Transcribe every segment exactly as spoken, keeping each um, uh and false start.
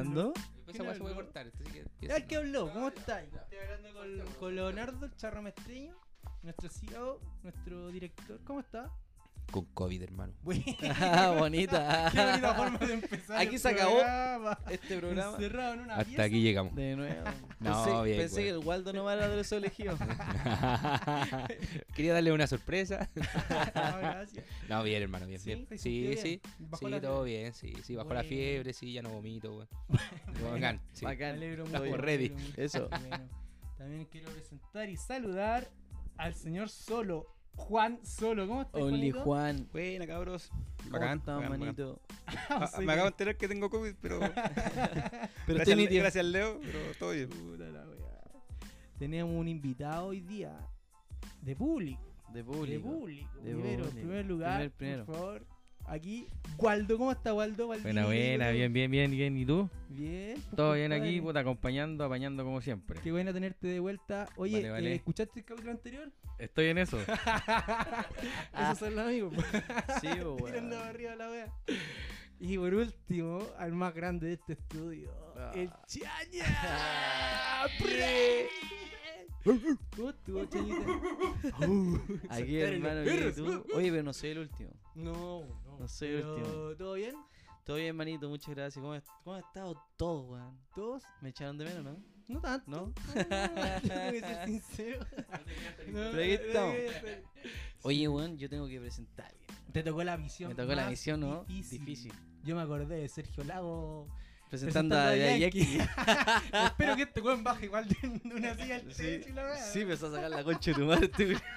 hablando? Esa weá se puede cortar. Esto sí que Ya, el que habló, ¿cómo está? Estoy hablando con, con Leonardo, el charro mestreño, nuestro C E O, nuestro director. ¿Cómo está? Con COVID, hermano. Ah, bonita. Qué bonita forma de empezar. Aquí el se acabó programa. este programa. Encerrado en una Hasta pieza. aquí llegamos. De nuevo. No, pensé bien, pensé güey. que el Waldo no era de los elegidos. Quería darle una sorpresa. Ah, gracias. No, bien, hermano, bien, ¿Sí? bien. ¿Te Sí, sentiste sí. bien? ¿Bajó Sí, la todo fiebre? bien, sí, sí, bajó Bueno. la fiebre, sí, ya no vomito, weón. Bacán, sí. Me Bacán. alegro mucho. Estamos me ready. alegro mucho. Eso. Bueno, también quiero presentar y saludar al señor Solo, Juan Solo. ¿Cómo estás, Only Juanito? Juan. Buena, cabros. ¿Cómo Bacán. estás, bacán, bacán. manito? Ah, Soy me acabo de que- enterar que tengo COVID, pero. Pero gracias, estoy al- nítido. gracias al Leo, pero todo bien. Puta la wea. Tenemos un invitado hoy día de público. De De público. público. De primero, en público. primer lugar, Primer, primero. por favor. Aquí, Waldo. ¿Cómo está, Waldo? Buena, Valdivia, buena, ¿cómo- bien, bien, bien, bien. ¿Y tú? Bien. pues, Todo bien compadre. aquí, puta, acompañando, apañando como siempre. Qué bueno tenerte de vuelta. Oye, Vale, vale. eh, ¿escuchaste el capítulo anterior? Estoy en eso. Esos son los amigos. Sí, bo, Tirando weón. arriba la wea. Y por último, al más grande de este estudio, Ah. el Chaña. Pre. ¿Cómo estuvo, Chañita? Aquí, Sacar hermano, los ¿y perros. tú? Oye, pero no soy el último. No, no. No soy el pero, último. ¿todo bien? Todo bien, manito, muchas gracias. ¿Cómo, est- cómo ha estado todo, weón? ¿Todos? ¿Me echaron de menos, no? No tanto. ¿No? Tengo que ser sincero. No, Pero aquí estamos. eh, Oye, weón, yo tengo que presentar a alguien. Te tocó la misión. Me tocó la más misión, ¿no? Difícil. Difícil. Yo me acordé de Sergio Lago. Presentando a Yankee. Espero que este weón baje igual de de una silla al Sí, techo y la wea. sí, me empezó a sacar la concha de tu madre, este weón.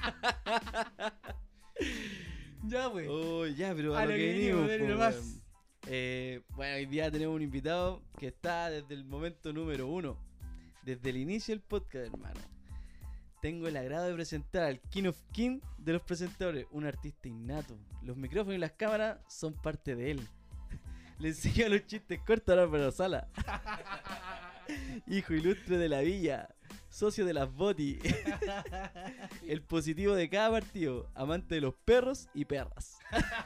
Ya, wey. Oh, ya, pero A a lo lo que que venimos, venimos, dale po, nomás. weón. Eh, bueno, hoy día tenemos un invitado que está desde el momento número uno, desde el inicio del podcast, hermano. Tengo el agrado de presentar al King of King de los presentadores, un artista innato. Los micrófonos y las cámaras son parte de él. Le enseñó los chistes cortos a la Álvaro Sala. Hijo ilustre de la villa, socio de las Boti, el positivo de cada partido, amante de los perros y perras.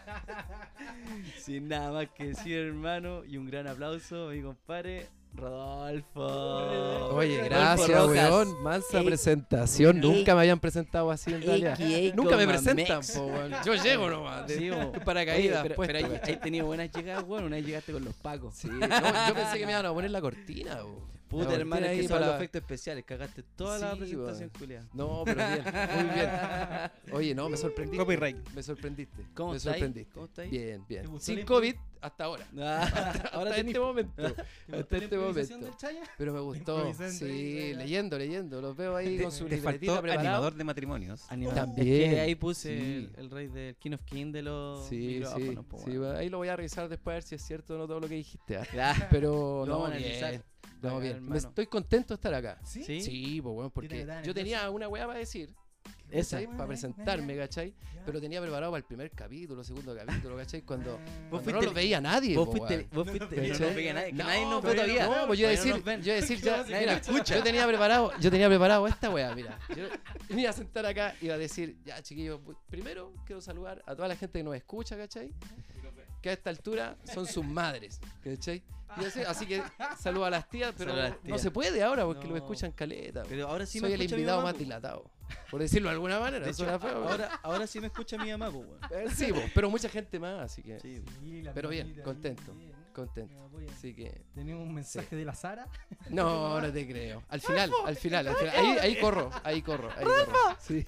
Sin nada más que decir, hermano, y un gran aplauso a mi compadre Rodolfo. Oye, Rodolfo gracias, Rojas. weón. Mansa Ey, presentación. ey, Nunca me habían presentado así en realidad. A K A Nunca me Coma presentan, Mex. po, weón. Yo llego nomás. De, Sí, bo. de paracaídas, Oye, pero, puesto, pero ahí, ¿cachai? ahí tenido buenas llegadas, weón. Una vez llegaste con los pacos. Sí, no, yo pensé que me iban a poner la cortina, bo. Puta, La hermano, cortina es que ahí son para- los efectos especiales. Cagaste toda la Sí, presentación, weón. culiao. No, pero bien, muy bien. Oye, no, me sorprendiste. Copyright. Me sorprendiste. ¿Cómo me está ahí? sorprendiste. ¿Cómo está ahí? Bien, ¿Te bien. gustó Sin la COVID hasta ahora. Ah, Hasta ahora tenés. este momento. ¿Te Hasta gustó la este improvisación momento. del Chaya? Pero me gustó. Improvisando ahí, Sí, ¿verdad? leyendo, leyendo. Los veo ahí Te, con su te libretita faltó preparada. animador de matrimonios. Animal. También, Es que ahí puse sí. el, el rey del King of King de los Sí, sí, micrófonos, po, sí, weón. ahí lo voy a revisar después a ver si es cierto o no todo lo que dijiste. ¿ah? Ya. Pero Lo no, vamos a bien, analizar. no, Bacán, bien. hermano. Me estoy contento de estar acá. ¿Sí? ¿Sí? Sí, pues bueno, porque estaba yo tenía una weá para decir, Esa. ¿cachai? Para presentarme, ¿cachai? Ya. Pero tenía preparado para el primer capítulo, segundo capítulo, ¿cachai? Cuando, Ah. cuando fuiste no lo el- veía nadie, Vos po, fuiste, weón. vos fuiste, no, no, ¿cachai? no pegue nadie, que No, nadie nos pero vota no, todavía. No, pues yo iba a Todavía no decir, nos ven. yo iba a decir ¿Qué ya, vas a mira, escuchar? yo tenía preparado, yo tenía preparado esta weá, mira. Yo me iba a sentar acá y iba a decir, ya chiquillos, voy- primero quiero saludar a toda la gente que nos escucha, ¿cachai? Que a esta altura son sus madres, ¿cachai? Y así, así que saludo a las tías, pero Saludo a las no tías. se puede ahora porque No. lo escuchan caleta. Pero ahora sí Soy me el escucha mi invitado mamá, más po. dilatado, por decirlo de alguna manera. De hecho, suena feo, pero- ahora, ahora sí me escucha mi mamá, po, weón. Eh, sí, po, pero mucha gente más, así que Sí, Sí, la Pero bien, mamita ahí, contento, bien. contento. Me apoyan. Así que Tenemos un mensaje de la Sara. no, no te creo. Al final, al final, al final. Ahí, ahí corro, ahí corro, ahí corro. Sí.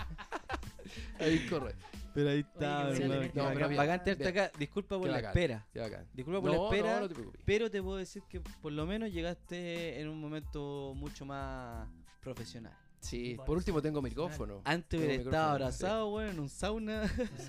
Ahí corro. pero ahí está, está, hermano. hermano. No, Bacán, pero bien, bacán tenerte bien. acá. Disculpa por Qué la bacán. espera. Qué bacán. Disculpa por No, la espera. no, no te preocupes. Pero te puedo decir que por lo menos llegaste en un momento mucho más profesional. Sí, por último tengo micrófono. Antes Tengo hubiera micrófono, estado sí. abrazado, weón, en un sauna.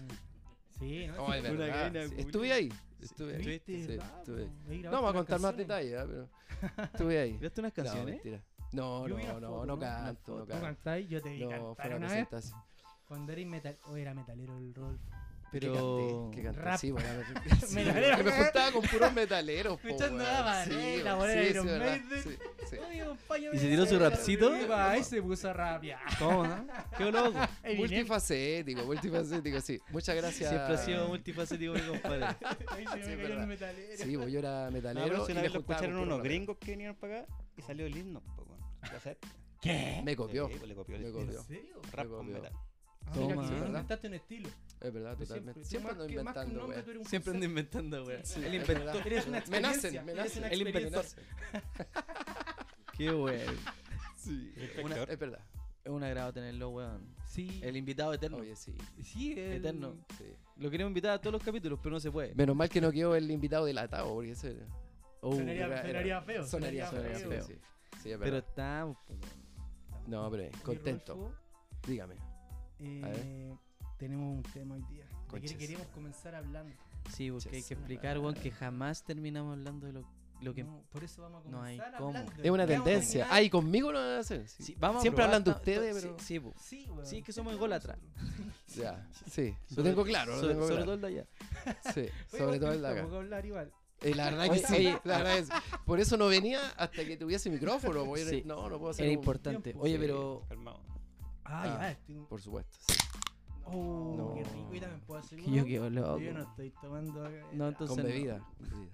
Sí, ¿no? Oh, es Sí, Una verdad, cadena, sí. güey. Estuve ahí. Estuve ahí. ¿Estuviste? Sí, ¿verdad? estuve ahí. Ahí grabaste No, vamos a unas contar más canciones. detalles, ¿eh? pero estuve ahí. ¿Viste unas No, canciones? mentira. No, Yo vi no, una no, foto, no ¿no? canto, no Tú canto. cantáis, yo te vi No, cantar fue una una vez presentación. cuando eres metal. O era metalero el rol. Pero. ¿Qué canté? Rap. Sí, bueno, sí, Metalero. que me juntaba con puros metaleros. po, Escuchando weón. a Varela, Sí, la weón, bolera de sí, Iron sí, verdad, Maiden. sí, sí. Oye, acompáñame. ¿Y se tiró su rapcito? Y va, ahí se puso a rapear. ¿Cómo, no? Qué loco. Multifacético, multifacético, sí. Muchas gracias. Siempre ha sido multifacético mi compadre. Ahí se Sí, me cayó verdad. el metalero. Sí, pues yo era No, metalero. pero si y una me vez lo juntaba escucharon con unos puros gringos que vinieron para acá y salió el himno, pues, weón. ¿Lo acepta? ¿Qué? raperos. Me copió. Sí, pues, le copió el Me himno. ¿En copió. serio? Rap Me con copió. metal. Ah, Toma. mira, que Sí, ¿verdad? inventaste un estilo. Es verdad, Tú totalmente. tú Siempre más ando que- más que un inventando, nombre, weón. tú eres un Siempre ando concepto. inventando, weón. Sí, Él es inventó. verdad. Eres una Me nacen, experiencia, me eres nacen. una Él inventó. experiencia. Qué weón. Sí. Una- Es verdad. Es un agrado tenerlo, weón. Sí. El invitado eterno. Oye, sí. Sí, el- Eterno. sí. Lo queremos invitar a todos los capítulos, pero no se puede. Menos mal que no quedó el invitado delatado, porque ese Oh, Sonaría, era- era- sonaría feo. sonaría sonaría feo. feo. Sí, sí. Sí, es pero verdad. estamos, po, weón. No, pero Oye, contento. Rodolfo, Dígame. eh, tenemos un tema hoy día. ¿De qué Conches. queremos comenzar hablando? Sí, porque hay que Chesa. explicar, weón, que jamás terminamos hablando de lo, lo que. No, por eso vamos a no hay comenzar cómo. hablando. Es una Ya vamos a tendencia. terminar. Ay, conmigo lo van a hacer. Sí. Sí, vamos a Siempre probar, hablan de ta- ta- ustedes, sí, pero. Sí, po. Sí, weón. Sí, que somos Siempre ególatras. nosotros. Ya, sí. Lo Sobre- tengo claro, lo sobre, tengo sobre claro. todo el de allá. Sí, Oye, sobre todo el de vos acá. tampoco hablar igual. Eh, la verdad que Oye, sí. oye. La verdad es. Por eso no venía hasta que tuviese micrófono. porque Sí. No, no puedo hacer. Era un- importante. tiempo. Oye, Sí. pero. Calmado. Ah, Ah, ya, estoy un... Por supuesto. Sí. Oh, No. qué rico. Y también puedo hacer Que uno. yo quedo loco. Yo no estoy tomando acá. No, entonces. Con no. bebida. bebida.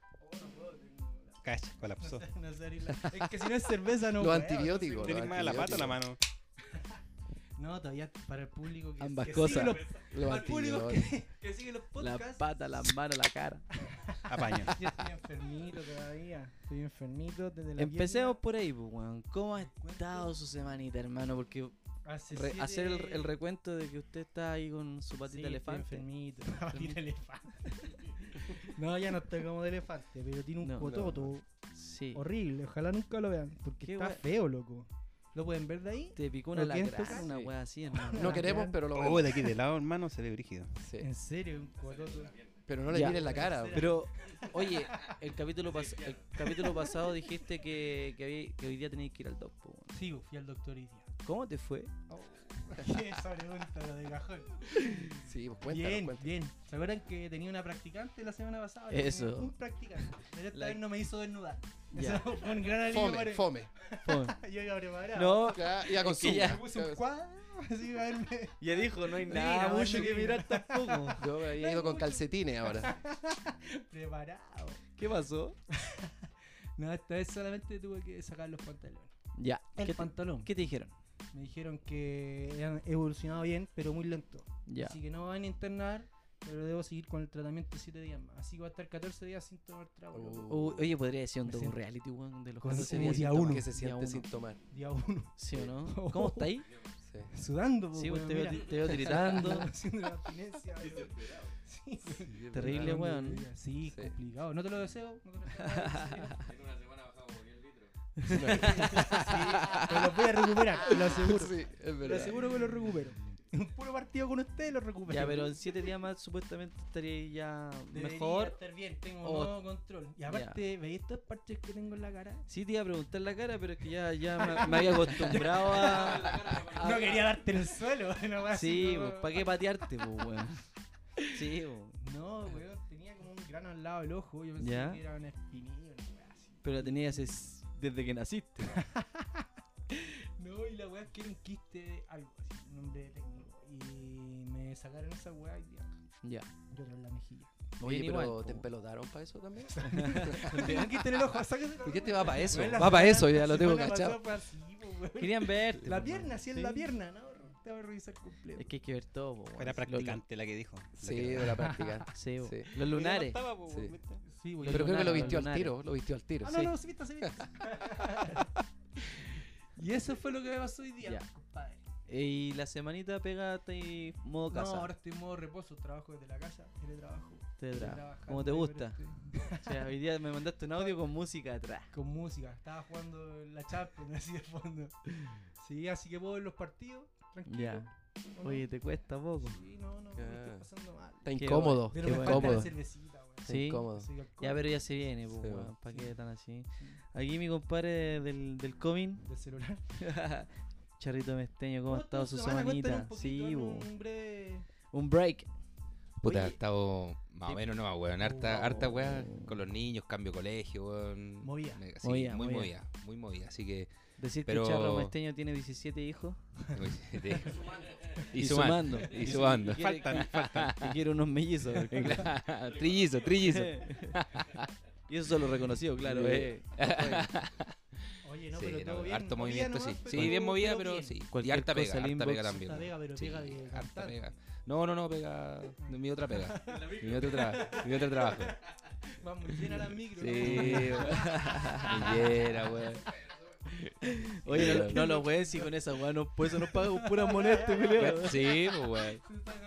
Cacha, colapsó. No sé abrir la- Es que si no es cerveza no Los puedo, antibióticos. no sé ¿Tienes más la pata o la mano? cómo- No, todavía para el público que Ambas que cosas. sigue los, Los para el público antibióticos. que, que sigue los La podcasts. pata, las manos, la cara. Apaño. Yo estoy enfermito todavía. Estoy enfermito desde la Empecemos pierna. por ahí, pues, weón. ¿Cómo ha estado su semanita, hermano? Porque Hace re- siete- hacer el, el recuento de que usted está ahí con su Sí, patita estoy elefante. enfermito. Patita de elefante. No, ya no estoy como de elefante, pero tiene un No. cototo Sí. horrible. Ojalá nunca lo vean, porque Qué está wea- feo, loco. ¿Lo pueden ver de ahí? Te picó una ¿Lo quieren lacrana, tocar? una Sí. wea así, hermano. No queremos, pero lo Oh, vemos. de aquí de lado, hermano, se ve brígido. Sí. En serio, un cototo. Pero no le Ya. mires la cara. bro. Pero, oye, el capítulo, pas- el capítulo pasado dijiste que, que, había- que hoy día tenías que ir al doc, po, weón. Sí, fui al doctor hoy día. ¿Cómo te fue? Esa pregunta, lo de cajón. Sí, pues cuéntanos, Bien, cuéntanos. bien. ¿Se acuerdan que tenía una practicante la semana pasada? Eso. Tenía Un practicante. Pero esta La- vez no me hizo desnudar. Ya. Eso fue un gran alivio Fome, para fome. Fue. Yo iba preparado. No, Ya, ya con Es que ya- Me zunga. puse un cuadro así para verme ya dijo, no hay Sí, nada no, mucho no, que no. mirar tampoco. Yo me había ido con calcetines ahora. preparado. ¿Qué pasó? No, esta vez solamente tuve que sacar los pantalones. Ya, El ¿qué te, pantalón. qué te dijeron? Me dijeron que han evolucionado bien, pero muy lento. Ya. Así que no me van a internar, pero debo seguir con el tratamiento siete días más. Así que voy a estar catorce días sin tomar trago. loco. Uh, oye, podría ser un Me docu siento- reality, weón, de los Con- catorce como días sin día tomar. uno. Que se Día siente uno. sin tomar. Día uno. ¿Sí o no? ¿Cómo está ahí? Sí. Sudando, po, Sí, weón, pues, te veo, mira. te veo tiritando. Haciendo la abstinencia, weón. Sí, weón. Terrible, weón. Sí, Sí. complicado. No te lo deseo. No te lo deseo. Sí, Sí, pero los voy a recuperar, te lo aseguro. Sí, es Te lo verdad. aseguro que los recupero. En un puro partido con ustedes los recupero. Ya, pero en siete días más supuestamente estaría ya Debería mejor. estar bien, tengo O- un nuevo control. Y aparte, ¿veis estos parches que tengo en la cara? Sí, te iba a preguntar la cara, pero es que ya, ya me, me había acostumbrado a. a- No quería darte en el suelo. Una wea así Sí, como- pues, ¿para qué patearte, pues, weón? Sí, pues. No, weón, tenía como un grano al lado del ojo. Yo pensé Ya. que era una espinilla, una wea así. Pero la tenías es- desde que naciste. No, y la weá es que era un quiste de algo, así, un nombre técnico. Y me sacaron esa weá y ya. Ya. Yo en la mejilla. Oye, Bien pero igual, ¿te po. empelotaron para eso también? Tengo un quiste en el ojo, sáquese. ¿Y qué te va para eso? Weón, la Va para semana- eso, ya lo la tengo semana cachado. pasada fue así, po, weón. Querían verte. La pues, pierna, weón. sí, es la pierna, ¿no? Te voy a revisar completo. Es que hay que ver todo, pues, weón. Era Lo- practicante la que dijo. La Sí, que- de la práctica. Sí, pues. Sí. Los lunares. Sí. Sí, Los weón. Pero creo que lo lunares, vistió al lunares. tiro, lo vistió al tiro. Ah, sí. no, no, se vista, se vista. Y eso fue lo que me pasó hoy día, Ya. compadre. Y la semanita pégate y modo No, casa. ahora estoy en modo reposo, trabajo desde la casa, teletrabajo. Te Estoy tra- trabajando, Como te pero gusta. estoy- O sea, hoy día me mandaste un audio con música atrás. Con música, estaba jugando la Champions así de fondo. Sí, así que puedo ver los partidos, tranquilo. Ya. ¿o no? Oye, te cuesta poco. Sí, no, no, me Ya. estoy pasando mal. Está Qué incómodo, Pero Qué me bueno. falta la incómodo. cervecita, weón. Está Sí. incómodo. Soy alcohólico. Ya, pero ya se viene, pues, Sí, weón. bueno. ¿Para qué tan así? Sí. Aquí mi compadre del, del COVID, Del celular. Charrito Mesteño, ¿cómo ha estado su semana? Cuéntame semanita? un poquito, Sí, hazme bo. un breve... un break. Puta, Oye, he estado más o sí. menos, no, weón. Harta, harta weá con los niños, cambio de colegio, weón. Movida. Me- sí, Movida, muy movida. movida, muy movida. Así que. Decir Pero- que Charro Mesteño tiene diecisiete hijos. y, Y sumando. sumando. Y sumando. Y quiere- y quiere unos mellizos. Claro, trillizo, trillizo. Y eso solo reconocido, claro. Sí. eh. Oye, no, Sí, pero no, todo bien. harto movida movimiento, nomás, sí. pero- Sí, bien movida, pero pero bien. sí. Y Cualquier harta cosa pega, al harta inbox. pega también. Harta pega, pero Sí, pega de harta cantante. pega. No, no, no, pega de mi otra pega. Mi otro, tra mi otro trabajo. Va muy bien a las micros. Sí, weón. Millera, weón. Oye, no, no lo weón, si con esa weá no, pues eso nos paga con puras monedas, este culiao. Sí, pues, weón.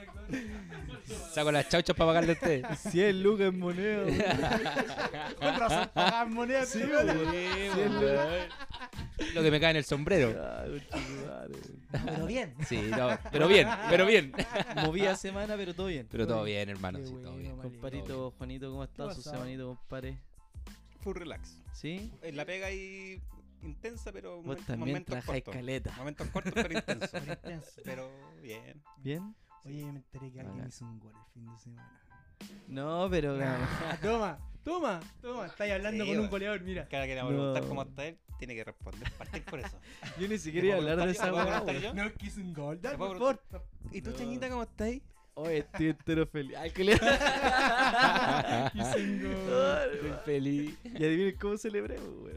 Saco las chauchas para pagarle a usted. cien lucas en moneda. weón. Con razón pagan monedas. Sí, Sí, weón. Lo que me cae en el sombrero. Ah, conchetumare. Pero bien. Sí, no, pero bien, pero bien. Movida semana, pero todo bien. Pero todo bien, hermano. Qué Sí, todo bueno, bien. man. Comparito, Juanito, ¿cómo está ¿Qué su pasado? semanito, compadre? Full relax. ¿Sí? En la pega ahí intensa, pero Vos momen- también momentos trabajáis cortos. caleta. Momentos cortos, pero intensos. Pero intenso. Pero bien. ¿Bien? Oye, me enteré que alguien Bacán. hizo un gol el fin de semana. No, pero... Ah, toma, toma, toma. Estáis hablando Sí, con un weón. goleador, mira. Cada que le vamos a No. preguntar cómo está él, tiene que responder. Partir por eso. Yo ni siquiera iba a hablar de esa ¿Te puedo weá. preguntar weón. yo? No, es que hizo un gol. ¿Te Dale, puedo por favor. ¿Y tú, No. Changuita, cómo estáis? Oye, estoy entero feliz. Ay, que le... Hizo un gol. Estoy feliz. Y adivinen cómo celebré, weón.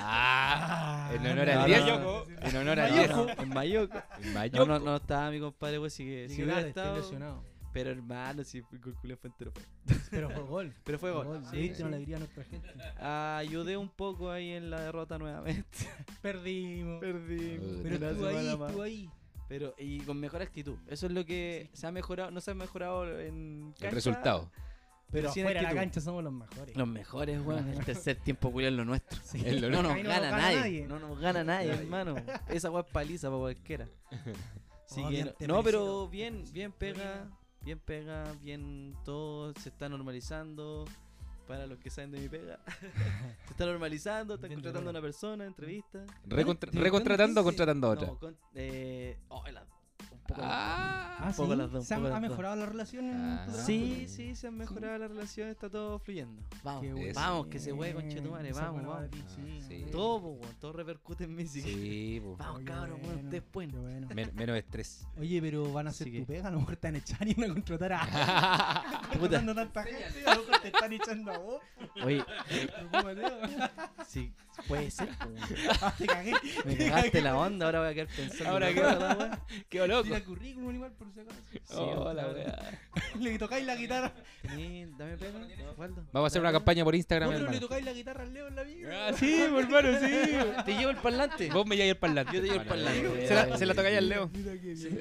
Ah, en honor No, al diez. no, En honor al No, diez. no, en Mayoco. En No, Mayoco. no, no estaba mi compadre, pues, si, que, si Llegué hubiera tarde, estoy estado... lesionado. Pero hermano, si el culculé fue entero. Pero fue gol. Pero fue gol. Sí, Sí, diste sí. una alegría a nuestra gente. Ayudé un poco ahí en la derrota nuevamente. Perdimos. Perdí. Pero una estuvo ahí, semana más. estuvo ahí. Pero, y con mejor actitud. Eso es lo que se ha mejorado. No se ha mejorado en El cancha, resultado. Pero sin afuera de la actitud. cancha somos los mejores. Los mejores, weón. El tercer tiempo, culiao, es lo nuestro. Sí. Es lo No nos Ahí no gana, nos gana nadie. nadie. No nos gana nadie, Nadie. hermano. Esa weá es paliza para cualquiera. Así Oh, que bien, no, te no, pero felicito. bien, bien pega. Bien pega, bien todo. Se está normalizando. Para los que saben de mi pega. Se está normalizando. Están Bien, contratando a bueno. una persona, entrevista. Recontra- ¿De ¿Recontratando o dónde contratando a otra? No, con, eh, oh, la- un poco las Ah, Ah, un poco sí. las dos, un ¿Se han- poco las ha dos. mejorado la relación en Ah. tu dos. trabajo? Sí, sí, se han mejorado las relaciones, está todo fluyendo. Vamos, Qué bueno. vamos, que se juegue con Chetumare, Esa vamos, buena vamos. para ti, sí, sí. bueno. Todo, po, weón, todo repercute en mí, sí. que- Sí, po. Vamos, Oye, cabros, weón, ustedes pueden. qué bueno. Men- menos estrés. Oye, pero van a hacer Así tu que- pega, a lo mejor te van a echar y van a contratar a. Contratando tanta gente, a lo mejor te están echando a vos. Oye, Preocúpate. sí, puede ser, po, weón. Ah, te cagué. Me cagaste la onda, ahora voy a quedar pensando. Ahora ¿te qué- acuerdas la weá? Qué loco. Tira currículum igual por si acaso. Sí, Oh, la cabrón. wea. Le tocáis la guitarra. Tení, dame pega, Waldo. Vamos a hacer una Dame campaña por No, Instagram, pero le hermano. tocáis la guitarra al Leo en la vida. Ah, sí, po, hermano, sí. pega. Te llevo el parlante. Vos me lleváis el parlante. Yo te llevo el hermano. parlante. Se la, se la tocáis al Leo. Mira qué bien.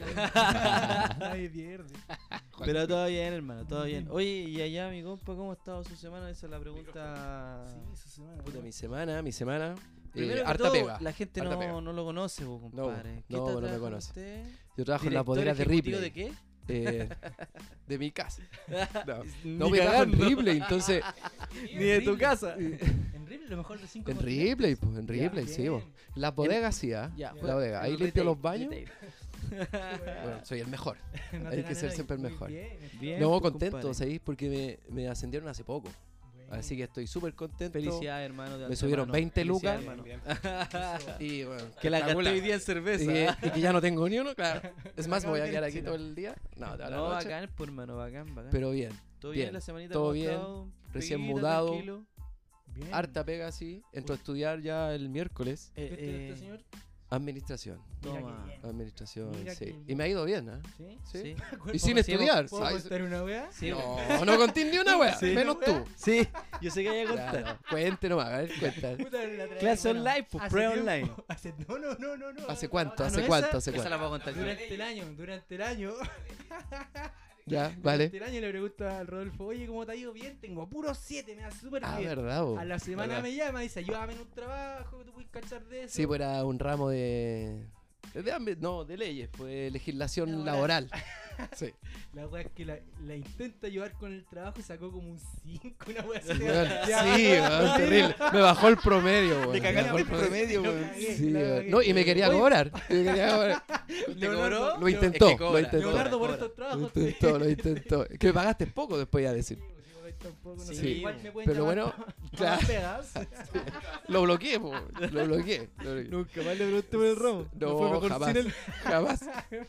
Nadie pierde. Pero todo bien, hermano, todo bien. Oye, y allá, mi compa, ¿cómo ha estado su semana? Esa es la pregunta. Sí, su semana. Puta, mi semana, mi semana. eh, Primero que harta todo, pega. la gente harta no, pega. no lo conoce, vos, compadre. ¿Qué no, está no me trabajando conoce. usted? Yo trabajo en las ¿Director bodegas de ejecutivo Ripley. de qué? eh, de mi casa. No, Ni no me trabajo en cagando. Ripley, entonces. Ni de tu casa. En Ripley, lo mejor de cinco. En Ripley, pues, en Ripley, sí, vos. Las bodegas sí, ¿ah? Ya, La bodega. Ahí el limpio retail, los baños. retail. Bueno, soy el mejor. No Hay te que dan ser nada. siempre el Muy mejor. bien. Bien, No, pues, contento, compadre. ¿sabéis? Porque me, me ascendieron hace poco. Bueno. Así que estoy súper contento. Felicidades, hermano. de Me subieron antemano. veinte Felicidades, lucas. hermano. Y bueno, Que la gasté espectacular. hoy día en cerveza. Y que, y que ya no tengo ni uno, claro. Es más, me voy a Acabo de quedar aquí Chile. todo el día. No, toda la No, noche. bacán, pues, hermano, bacán, bacán. Pero bien. ¿Todo bien, bien, la semanita? todo cómo ha bien, estado? recién Peguita, mudado. tranquilo. Bien. Harta pega, sí. Entro a estudiar ya el miércoles. Eh, ¿Qué estudia eh, este señor? Administración. Mira Toma. qué bien. Administración, Mira sí. qué Y bien. me ha ido bien, ¿ah? ¿Sí? Sí. Sí. Y sin Sí, estudiar. ¿Puedo ¿sabes? contar una wea? Sí, No, no conté ni una wea. Sí. Menos tú. Sí, yo sé que hay que contar. Claro. Cuente nomás, a ver, cuenta. Puta, la traí, Clase bueno, online, pues, hace pre-online. tiempo- hace- No, no, no, no, no. ¿Hace cuánto? Ah, ¿Hace ¿no cuánto? esa? ¿Hace Esa la cuánto? voy a contar yo. Durante el año, durante el año. Ya, vale. Durante el año le pregunta al Rodolfo, oye, ¿cómo te ha ido? Bien, tengo puros siete, me da súper Ah, bien. verdad, vos. A la semana Verdad. me llama y dice, ayúdame en un trabajo, que tú puedes cachar de eso. Sí, pues era un ramo de. de ambi- no, de leyes, pues legislación Laboral. laboral. Sí. La wea es que la, la intenta ayudar con el trabajo y sacó como un cinco, una wea así. Weón, Ya, sí, weón, terrible. Me bajó el promedio, weón. Le cagaste Me el bajó promedio, Lo weón. cagué, Sí, la weón. cagué. No, y me quería Oye, cobrar. Me quería cobrar. ¿Te cobró? Lo intentó, Es que cobra, lo intentó. Leonardo, por Cobra. estos trabajos. Lo intentó, lo intentó. Que me pagaste poco después ya decir. Tampoco, no Sí, sé, igual me pueden Pero llamar bueno, pa- pa claro. más pegas. Lo bloqueé, po, lo bloqueé. Lo bloqueé. Nunca más le pregunté por el romo. No, fue mejor jamás. sin él. Jamás.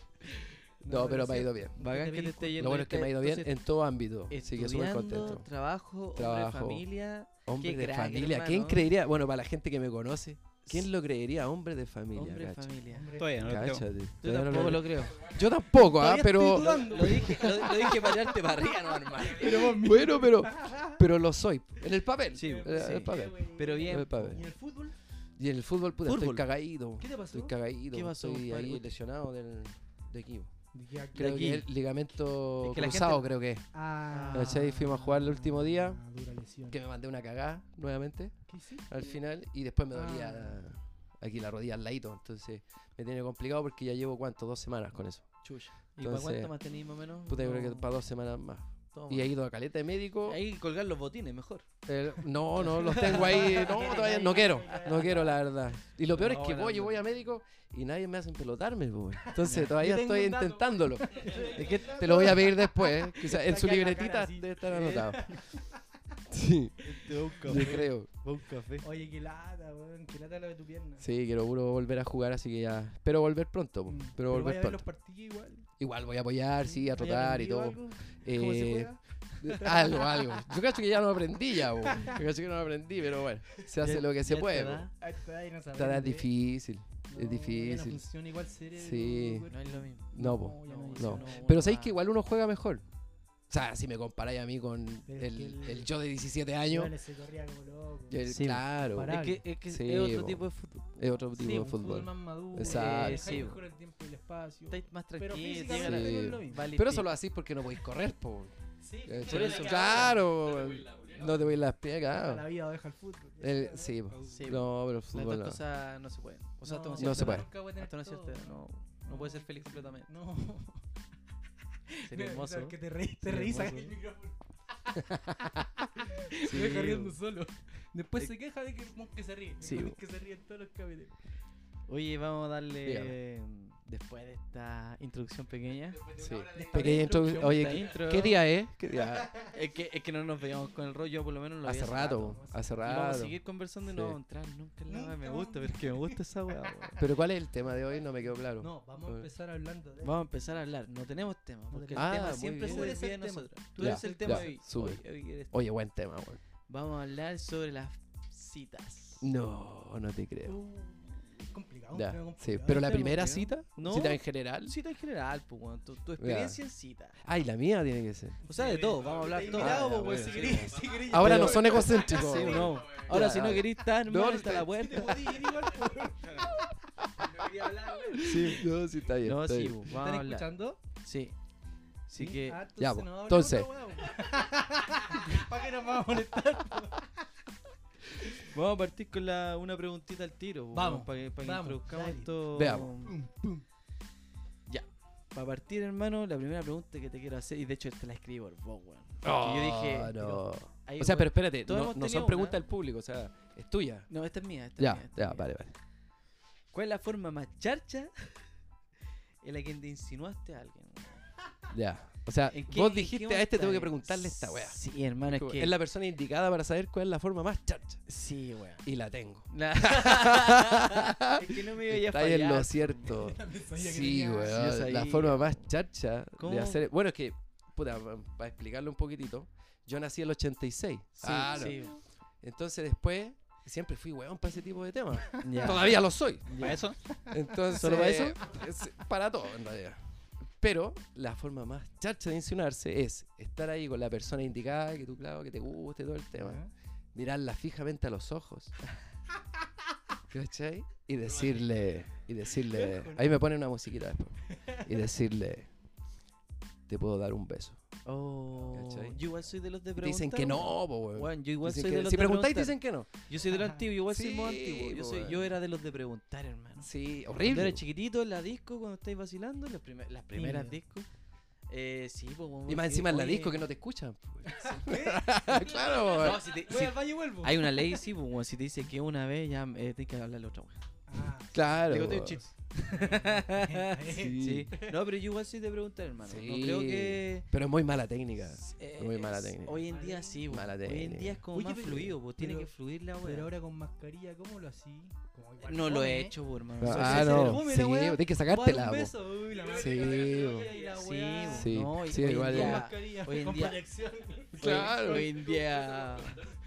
No, pero me ha sí. ido bien. Bacán que te esté yendo. Lo bueno es que me ha ido bien Entonces, en todo ámbito. Así que súper estudiando, contento. Trabajo, Trabajo. hombre, familia. Hombre Qué de crack, familia. hermano. ¿Quién creería? Bueno, para la gente que me conoce, ¿quién lo creería? Hombre de familia. Hombre, cacha. familia. Hombre, Todavía no lo creo. Cáchate. Yo Todavía no tampoco lo- lo creo. Yo tampoco, ah, Todavía pero. estoy dudando. Lo dije, lo, lo dije para tirarte para arriba, no, hermano. Pero vos mismo. Bueno, pero, pero lo soy. En el papel. Sí, en el, sí. el papel. Pero En bien. el papel. ¿Y en el fútbol? Y en el fútbol, puta, estoy Fútbol. cagadito. ¿Qué te pasó? Estoy cagadito. ¿Qué pasó, Estoy compadre? ahí lesionado del, de equipo. Ya, Creo aquí. que es ligamento Es que la cruzado, gente- creo que es. Ah, ¿Cachai? Fuimos a jugar el último día. ah, dura lesión. Que me mandé una cagada nuevamente ¿Qué sí? al final. Y después me dolía Ah. aquí la rodilla al ladito. Entonces me tiene complicado porque ya llevo, ¿cuánto? Dos semanas con eso. Chucha. ¿Y Entonces, para cuánto más tenéis más o menos? Puta, yo creo que No, para dos semanas más. toma. Y he ido a caleta de médico. Ahí colgar los botines mejor. Eh, no, no, los tengo ahí. No, todavía no quiero. No quiero, la verdad. Y lo peor es que voy y voy a médico y nadie me hace pelotarme, po. Entonces todavía Yo tengo estoy un dato. intentándolo. Es que te lo voy a pedir después. ¿eh? Quizá en su Saca la libretita cara así. debe estar anotado. Sí, Te va un yo creo. Va un café. Oye, qué lata, weón. Qué lata la de tu pierna. Sí, quiero puro volver a jugar, así que ya. Espero volver pronto, po. Mm. Espero Pero volver vaya a ver los pronto. partidos igual. Igual voy a apoyar, sí, a ¿Vaya trotar y aprendido todo. algo? ¿Cómo se Eh, juega? algo, algo. Yo cacho que ya no aprendí ya, po. Yo cacho que no aprendí, pero bueno. Se hace Ya- lo que se ya puede, te po. da. A esta edad ya no se Esta edad es aprende. difícil. No, es ya difícil. No funciona igual cerebro. Sí. weón. No es lo mismo. No, po. ya No, dice, No. no, Pero uno sabéis va- que igual uno juega mejor. O sea, si me comparáis a mí con Pero es el, que el- el yo de diecisiete años, Weón, se corría como loco. yo el- Sí, claro, para- Es que, es, que Sí, es otro po. tipo de fútbol. es otro tipo Sí, de un fútbol. más maduro. Exacto. dejáis Sí, mejor el tiempo y el espacio. Estáis más Pero tranquilos. físicamente llega la- Sí. no es lo mismo. vale, Pero sí. eso lo hacís porque no podéis correr, po. Sí, ¿Cachai? por eso. Claro, no te voy las Toda piernas. la claro. vida deja el fútbol. El- sí, po. Sí, No, pero el Las fútbol dos no. cosas no se pueden. O sea, hasta una no cierta se puede. edad. Nunca voy a tener Hasta una cierta todo. edad. No, no puede ser feliz completamente. No. Sería hermoso. Que te reís, te Sería reís hermoso. el micrófono. Sí, Se deja riendo bo. solo. Después Eh, se queja de que, que se ríe. sí, bo. Que se ríe en todos los capítulos. Oye, vamos a darle. Dígame. Después de esta introducción pequeña. Sí. Esta Pequeña introducción. Oye, esta ¿qué, intro- qué día es? ¿Qué día? Es que, es que no nos veíamos con el rollo, por lo menos lo Hace había rato, hace Y vamos a rato. seguir conversando y Sí. no vamos a entrar nunca en la Nunca weá. Me vamos gusta, a- pero es que me gusta esa weá, weón. Pero ¿cuál es el tema de hoy? No me quedó claro. No, vamos a empezar hablando de. Vamos a empezar a hablar. No tenemos tema, porque el Ah, tema muy siempre bien. se Tú eres desvía de el tema. nosotros. Tú Ya, eres el tema ya, de hoy. sube. Hoy- hoy eres- Oye, buen tema, weón. Vamos a hablar sobre las citas. No, no te creo. Uh, es complicado. un Ya, tema sí. complicado. Pero la tema, primera ¿no? cita, No. cita en general. Cita en general, pues, weón. Tu, tu experiencia en cita. Ay, la mía tiene que ser. O sea, de todo. Vamos a hablar Te todo. mirado, Ah, ya, po, bueno, si sí, querés- si querés- Ahora Pero- no son egocéntricos. Sí, no. Ahora, Ya, si no ah. querés estar, No, hermano, no está la te- puerta. Te podí ir igual, po. No quería hablar, weón. Sí, no, sí, está bien. No, está sí, bien. pues, vamos a ¿Están hablar. escuchando? Sí. Así que. Ah, Ya, entonces po. no hablamos Entonces. otra weá, po. ¿Para qué nos vamos a molestar? Vamos a partir con la, una preguntita al tiro. pues, Vamos, Para que, para que vamos, introduzcamos dale. esto. Veamos. Ya. Para partir, hermano, la primera pregunta que te quiero hacer, y de hecho te la escribí por vos, weón. Porque yo dije. Oh, no. ahí, O sea, weón, pero espérate, todos no, hemos no tenido son preguntas una. del público, o sea, es tuya. No, esta es mía. Esta Ya, es mía, esta es ya, mía. vale, vale. ¿Cuál es la forma más charcha en la que te insinuaste a alguien? weón? Ya. O sea, ¿En qué- vos en qué dijiste a este tengo que montaña? preguntarle esta wea. Sí, hermano, es que. Es la persona indicada para saber cuál es la forma más charcha. Sí, weón. Y la tengo. La- es que no me iba a Está ahí en fallar. lo cierto. Sí, Sí, weón. yo sabía. La forma más charcha ¿Cómo? de hacer. Bueno, es que, puta, para explicarlo un poquitito, yo nací en el ochenta y seis. Sí, Ah, no. sí. Entonces después siempre fui weón para ese tipo de temas. Ya. Todavía lo soy. ¿Para eso? Entonces, ¿Solo para eso? es- para todo, en realidad. Pero la forma más charcha de insinuarse es estar ahí con la persona indicada, que tú, claro, que te guste todo el tema. Mirarla fijamente a los ojos. ¿Cachai? Y decirle, y decirle, ahí me pone una musiquita después. Y decirle, te puedo dar un beso. Oh, ¿Cachai? yo igual soy de los de Te preguntar. dicen que no, po, weón. Weón, yo igual Dicen soy que- de los si de preguntáis, preguntar. dicen que no. Yo soy de los antiguos, yo igual soy más Sí, antiguo. Yo, po, soy, weón. yo era de los de preguntar, hermano. Sí, Cuando horrible. era chiquitito en la disco, cuando estáis vacilando, las, primer- las primeras Tímido. discos, Eh, sí, pues. Y más encima en la disco que no te escuchan. Claro, No, si te- Voy si- al baño y vuelvo. hay una ley, sí, pues, weón, si te dice que una vez ya eh, tienes que hablarle otra, weón. Ah, claro. Digo, te un chiste. sí. Sí. No, pero yo igual sí te pregunté, hermano. Sí. No creo que. Pero es muy mala técnica. eh, Muy mala es- técnica. Hoy en día sí, Mala weón. Hoy en técnica. día es como Oye, más pero- fluido, pues tiene pero- que fluir la Pero weá. ahora con mascarilla, ¿cómo lo así? Como igual No lo fome, he ¿eh? hecho, pues, hermano. Ah, Eso Ah, sí, no. sí, fome sí, la weá. tienes que Voy a sacártela, dar un po. beso, uy, la Sí, mascarilla, bo. y la Sí, weá. bo. Sí, No, y sí, hoy en igual Con día- ya. mascarilla, hoy en con día- protección. Claro. Hoy en día.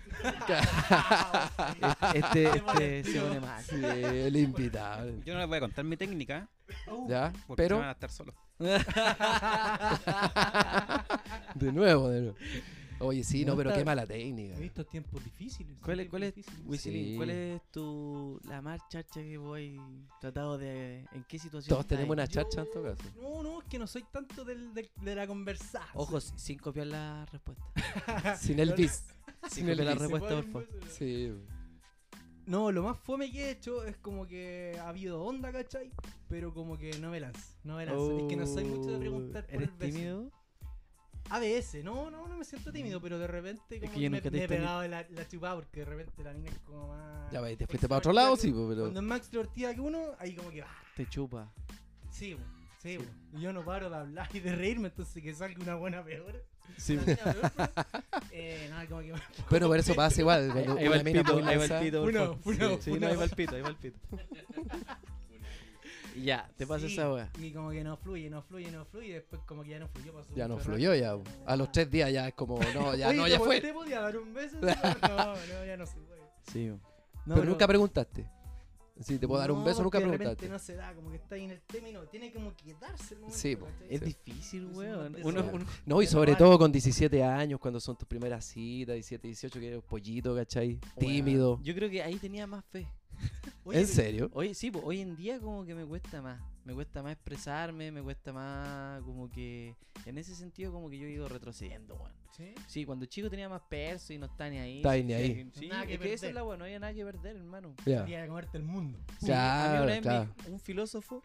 Este, este se pone mal. Sí, el invitado. Yo no les voy a contar mi técnica, Uh, ¿Ya? porque Pero, van a estar solos. de nuevo, de nuevo. Oye, sí, no, No pero está- qué mala técnica. He visto tiempos difíciles. ¿Cuál es, tiempos cuál es, difíciles. Wisilín, Sí. cuál es tu, la más charcha que voy tratado de, en qué situación Todos estáis? tenemos una Yo- charcha en todo caso. No, no, es que no soy tanto del, del- de la conversación. Ojo, si- sin copiar la respuesta. Sin el bis. Sin el copiar la bis. respuesta, por favor. Sí. No, lo más fome que he hecho es como que ha habido onda, ¿cachai? Pero como que no me lanzo, no me lanzo. Es que no soy mucho de preguntar por ¿Eres el beso. tímido? A veces, no, no, no me siento tímido, pero de repente como que que yo me, nunca te me he he visto ni- pegado la, la chupada porque de repente la niña es como más... Ya, ve, te fuiste para otro lado, sí, extrovertida po, que- pero. Cuando es más extrovertida que uno, ahí como que... ah, Te chupa. sí, bo, sí, bo. Y yo no paro de hablar y de reírme, entonces que salga una buena peor. Sí, Una niña peor, pero, eh, no, como que... Pero por eso pasa igual. Ahí, Cuando ahí va una el mina pito, muy ahí va lanza- el pito. por Uno, favor. uno, Sí, sí, no, uno. ahí va el pito, ahí va el pito. Y ya, te pasa Sí, esa weá. Y como que no fluye, no fluye, no fluye, y después como que ya no fluyó. Pasó Ya no mucho fluyó rato, ya. como, A los ah. tres días ya es como, no, ya Oye, no, ¿te ya po- fue. ¿Te podía dar un beso? No, no, ya no se puede. Sí, bo. No, Pero nunca preguntaste. Si te puedo dar un no, beso, nunca porque de repente preguntaste. no se da, como que está ahí en el tema y no, tiene como que darse el momento. Sí, po. ¿cachai? Es Sí. difícil, Es weón. una Uno, persona. uno- No, y Pero sobre vale. todo con diecisiete años, cuando son tus primeras citas, diecisiete, dieciocho, que eres pollito, ¿cachai? Tímido. Yo creo que ahí tenía más fe. Oye, ¿En serio? Hoy sí, pues, hoy en día como que me cuesta más. Me cuesta más expresarme, me cuesta más como que... En ese sentido como que yo he ido retrocediendo, weón. ¿sí? Sí, cuando chico tenía más perso y no está ni ahí. Está ni ahí. Sí, Nada que es que esa perder. es la weá, no había nada que perder, hermano. Ya. Quería comerte el mundo. Sí, Claro, a mí una vez claro. me- un filósofo,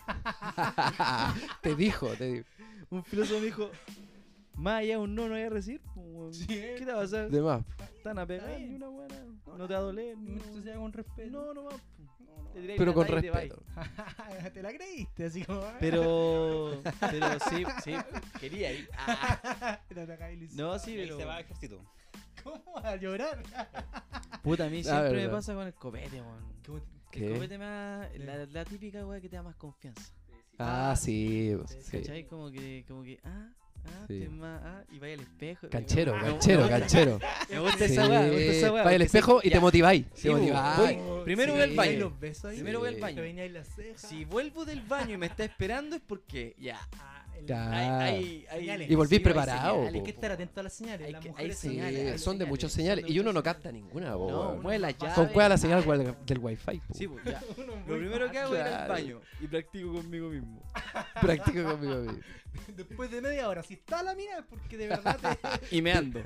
te dijo, te dijo. un filósofo me dijo, más allá de un no, no hay a recibir. pues, weón. Sí, ¿Qué te va a pasar? De más. Tan a pegar, Está bien. ni una buena. No te va a doler. No, Esto sea con respeto. no, no más. no, no. Te tiráis Pero la con talla y te vais. respeto. Te la creíste, así como. ah. Pero, pero sí, sí, quería ir. Ah. Te atacás y le dices, No, sí, Y ahí pero. se va a ejército. ¿Cómo a llorar? Puta, a mí Ah, siempre me verdad. pasa con el copete, weón. ¿Cómo te- El ¿Qué? copete me da. La, la típica weá que te da más confianza. Ah, sí, sí. ¿Cachai? Como que, como que, ah, ah, Sí. estoy más, ah, y vaya al espejo. Canchero, Me- me- canchero, me- canchero. Me gusta Sí. esa weá, me gusta esa weá. Vais al porque espejo sí, y te ya. motiváis. Sí, Te bo, motiváis. voy- primero voy al ¿Y baño. los besos ahí? Primero voy al Sí. baño. Te venía las cejas. Si vuelvo del baño y me está esperando es porque ya. Ah, el- Ya. Hay, Ah. hay, hay, Señales. Y volví sí, hay preparado, señales. Hay que estar atento a las señales. Hay las que- hay mujeres Sí, señales, hay son de señales, muchas son de señales. Y uno no muchas capta ninguna, bo, No, weón. mueve la Con llave. Con cuál la señal del, del wifi, po. Sí, pues ya. Uno Lo muy primero que hago es ir al Claro. baño y practico conmigo mismo. Practico conmigo mismo. Después de media hora, si está la mina es porque de verdad te... Y me ando.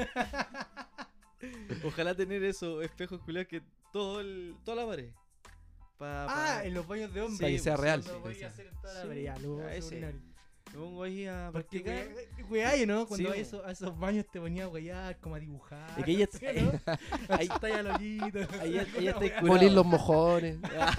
Ojalá tener esos espejos culiados que todo el, toda la pared. Pa, pa- Ah, en los baños de hombres. Para que sea real, Cuando sí, voy sí. a hacer en toda la Sí, pared, ya, luego a vas a ese. orinar. Me pongo ahí a Porque practicar. cuidado, ¿no? Cuando Sí, vas a bo. esos, a esos baños te ponía a huellar, como a dibujar. Es que ella- ¿sí, no? ahí- Está ya el hoyito. Ahí ya- ahí ya estáis Una curado. Molir los mojones.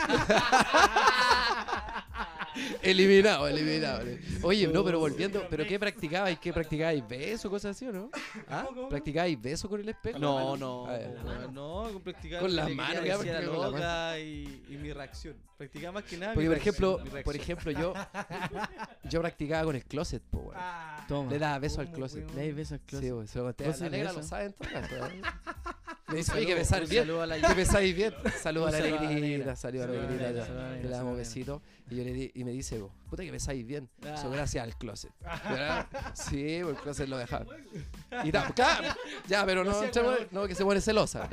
Eliminado, eliminado. Oye, no, pero volviendo, ¿pero qué practicabais? ¿Qué practicabais? ¿Beso, cosas así o no? ¿Ah? ¿Cómo, cómo? ¿Practicabais beso con el espejo? No, no, A ver. po, weón, no, con practicar Con que la le mano, quería ya decir a la practica con la loca y, y mi reacción. Practicaba más que nada. Porque, mi por reacción, ejemplo, mi por reacción. ejemplo, yo yo practicaba con el closet, po, weón. Ah, Toma. Le daba beso al ¿cómo, closet. weón? Le dais besos al Sí, closet. weón, se lo conté. ¿Vos La sí negra beso? lo sabe en todo caso, weón. Me Un dice, oye, que saludo- besar un bien. saludo a la Que besáis bien. Saludos a Un la saludo a la negrita, negra. saludos a la Saludo a la negrita. negra, saludo a la Le negra, damos saludo a la besitos. Y, yo le di, y me dice, vos, puta que besáis bien. Eso Ah. gracias al closet. ¿Verdad? Sí, porque el closet lo dejaba. Y ta- claro, ya, pero no, Lo hacía entremos- con no, que se pone celosa.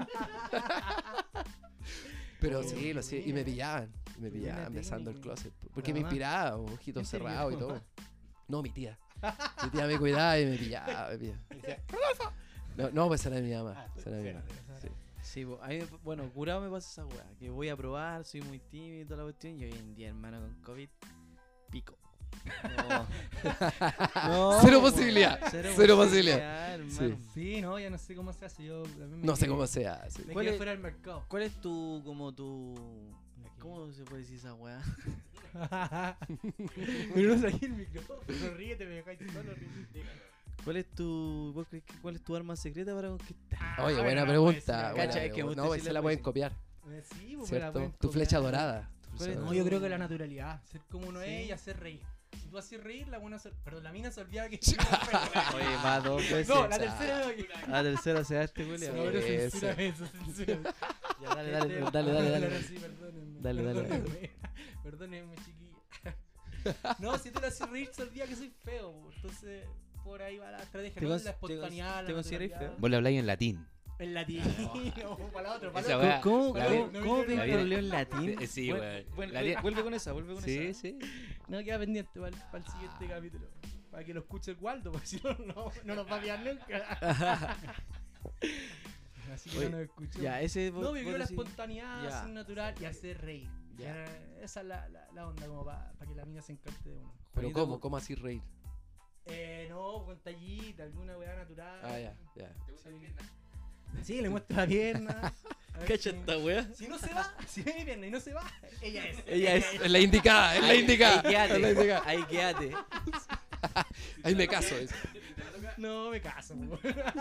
Pero sí, lo hacía. Y me pillaban. Me Buena pillaban besando el técnica. closet. Porque La me mamá. inspiraba, ojitos ¿Quién te cerrados y vio? todo. No, mi tía. Mi tía me cuidaba y me pillaba. Me pillaba. No, no, pues era mi mamá. esa era mi mamá. Sí. Sí, po, a mí, me- bueno, curado me pasa esa weá. Que voy a probar, soy muy tímido y toda la cuestión. Y hoy en día, hermano, con COVID, pico. No. No, Cero weón. posibilidad, Cero, cero posibilidad. hermano. Sí, no, ya no sé cómo se hace. Yo también me No sé quedé- cómo se hace. Me ¿Cuál quedé es- fuera del mercado. ¿Cuál es tu, como tu... ¿Cómo se puede decir esa weá? Pero no saqué el micrófono. No ríete, me dejáis solo ríete. ¿Cuál es tu, vos crees que cuál es tu arma secreta para conquistar? Oye, Ah, buena bueno, pregunta. pues, buena cacha, es que pregunta. usted No, sí se la la puede pueden copiar, Eh, Sí, pues me la ¿cierto? pueden Tu copiar. flecha dorada. tu ¿Cuál flecha es No, dorada. yo creo que la naturalidad. Ser como uno Sí. es y hacer reír. Si tú haces reír, la buena se... Perdón, la mina se olvida que... Oye, va dos veces. No, la tercera no. A la tercera se da este No, culiao. pero Sí, censúrame eso, censúrame. Ya, dale, dale, Este, dale, dale, dale. ahora sí, perdónenme. Dale, dale, dale. Perdónenme. Perdónenme, chiquilla. No, si tú le haces reír, se olvida que soy feo. po. Entonces, por ahí va la estrategia. ¿Te ¿no? cons- La espontaneidad, te la consideráis naturalidad. Vos le habláis en latín. El latín. O para la otra, para Esa la weá. otra. ¿Cómo, La cómo, vi- cómo la te vi- enroló en latín? Eh, sí, Vuel- weón. vuel- La vuel- vi- Vuelve con esa, vuelve con Sí, esa. sí. No, queda pendiente para el, para el siguiente capítulo. Para que lo escuche el Waldo, porque si no, no, no nos va a pillar nunca. Así que Oye, no nos escuchó. Ya, ese vos- No, vos vivió la decís- espontaneidad, Ya. ser natural y hacer reír. Ya. Ya, esa es la, la, la onda, como para que la mina se encante de uno. Pero Juanito, ¿cómo? vos- ¿Cómo así reír? Eh, no, con tallita, alguna weá natural. Ah, ya, ya. Sí, le muestro la pierna. A ver Cacha si- esta wea. Si no se va, si ve mi pierna y no se va, ella es. Ella es. Es la indicada, es la Ahí- indicada. Ahí Es la quédate. indicada. Ahí quédate. Ahí me caso. es. No, me caso. po.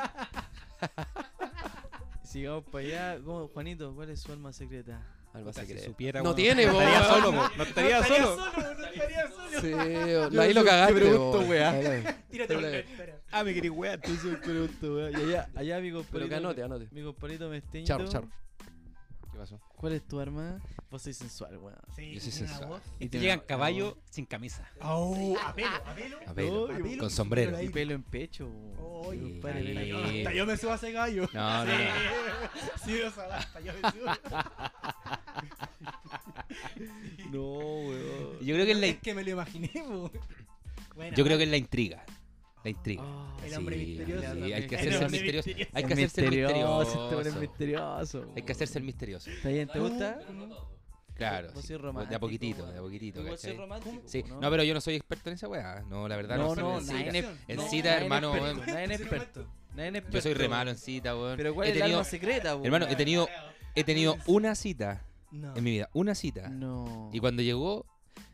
Sigamos para allá. ¿Cómo, Juanito, ¿cuál es su arma secreta? Algo Puta, se si cree. supiera, No weón, tiene, no po, estaría weón. solo, po. No estaría solo. no estaría solo. Sí, ahí lo cagaste. pregunto, po, weá. weón. Tírate por Pero- la espera. Ah, me querés weá. Entonces pregunto, wea. Y allá, allá mi compadrito. Pero que anote, anote. Mi compadrito Mesteñito. Charro, charro. ¿Qué pasó? ¿Cuál es tu arma? Vos sois sensual, weón. Sí, Yo soy tiene una sensual. voz. Y Te tiene llegan una- caballo sin camisa. Au, a pelo, a pelo. A pelo, No, a pelo. con sombrero. Pero Y ahí- pelo en pecho. Oye, Mi Sí, compadre, ahí- pelo en ahí- pecho. Hasta yo me subo a ese gallo. No, no, Sí, no. sí, esa va, hasta yo me subo. No, weón. Yo creo que es la, Es que me lo imaginé, po. Buena, yo creo que es la intriga. La intriga. Ah, El hombre Sí, misterioso. sí, hay que El hacerse el hombre misterioso. misterioso. Hay que es hacerse el misterioso. Este weón es misterioso. misterioso. Hay que hacerse el misterioso. ¿Está bien? ¿Te gusta? Claro. Vos sí. sois romántico, De a poquitito, weón. de a poquito. Igual soy ¿cachai? romántico. Sí, ¿no? no, pero yo no soy experto en esa weá. No, la verdad no, No, no, soy nadie en es- cita. En no, cita, nadie es hermano, experto, weón. Nadie es experto. Nadie es experto. Yo soy re malo en cita, weón. Pero ¿cuál He es el tenido, arma secreta, weón? hermano, he tenido, he tenido una cita No. en mi vida. Una cita. No. Y cuando llegó,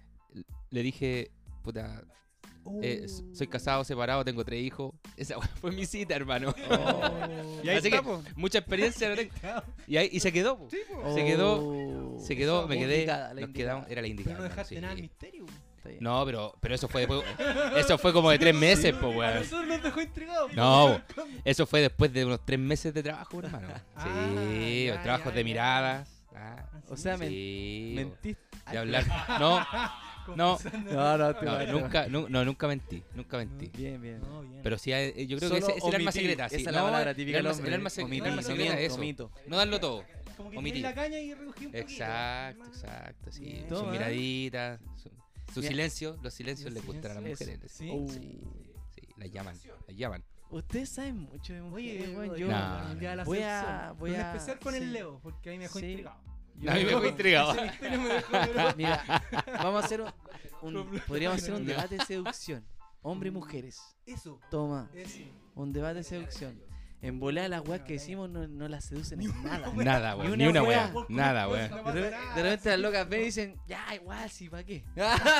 le dije, puta, eh, s- soy casado, separado, tengo tres hijos. Esa weá fue mi cita, hermano. Oh. Y ahí Así está, que po. mucha experiencia no tengo. Y, ahí, y se quedó, po. Se quedó, se quedó, me La quedé, indicada, la nos indicada. quedamos, era la indicada. Pero no hermano, dejaste sí. nada de misterio. Está bien. No, pero, pero eso fue después, eso fue como de tres meses, po, A weón. nosotros nos dejó intrigados. No, eso fue después de unos tres meses de trabajo, hermano. Ah, Sí, ya, trabajos ya, de ya. miradas. Ah, O sea, men- sí, mentiste. de hablar. No, no, No, no, te no, mato. nunca, nu- no, nunca mentí, nunca mentí. Bien, bien. No, bien. Pero sí, eh, yo creo que Solo ese es el arma omitir, secreta. Sí. Esa es la No, palabra típica el del arma, hombre. el arma, sec- Omitir, el arma no secreta es miento, eso. omito. No darlo todo. Como que omitir. tiré la caña y recogí un poquito. Exacto, hermano. exacto. Sí. Bien. Sus Toma. miraditas, su, su Bien. silencio. Los silencios Los les gustan a las silencios, mujeres. ¿sí? Oh. Sí, sí, las llaman, las llaman. Ustedes saben mucho de mujeres, Oye, weón. oye, Yo, No, el día de la voy a- selección. voy En a- especial con sí. el Leo, porque ahí me dejó Sí. intrigado. yo- A mí me dejó intrigado. Ese misterio me dejó, pero- Mira, vamos a hacer un, un- Completo. podríamos hacer un No. debate de seducción. Hombre y mujeres. Eso, Toma, eso. un debate de seducción. En volar las weas que decimos no, no las seducen en nada. Nada, Ni weón. una Ni una wea. weá. Nada, weón. No De, pasa re- nada, de repente sí. las locas ven y dicen, ya, igual, sí, ¿para qué?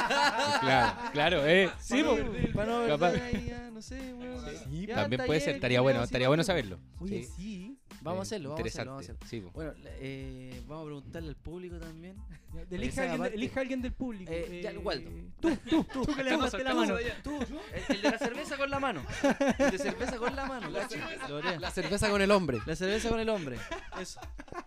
Claro, claro, eh. Sí, Pa' no po, perder. para no Capaz. perder ahí, ya, no sé, weón. Sí, Ya, También está puede bien, ser, estaría culiao, bueno, sí, estaría bueno bacán. saberlo. Oye, Sí. sí. Vamos a Eh, hacerlo, vamos a hacerlo, vamos a interesante, hacerlo. sí, po. Bueno, eh, vamos a preguntarle al público también. Ya, Esa Elige a alguien, parte- elige a alguien del público. Eh, ya, Waldo. Tú, tú, tú, tú que le levantaste la mano. Tú, el, el de la cerveza con la mano. El de cerveza con la mano, cacho. Lorea. La cerveza con el hombre. La cerveza con el hombre. Eso.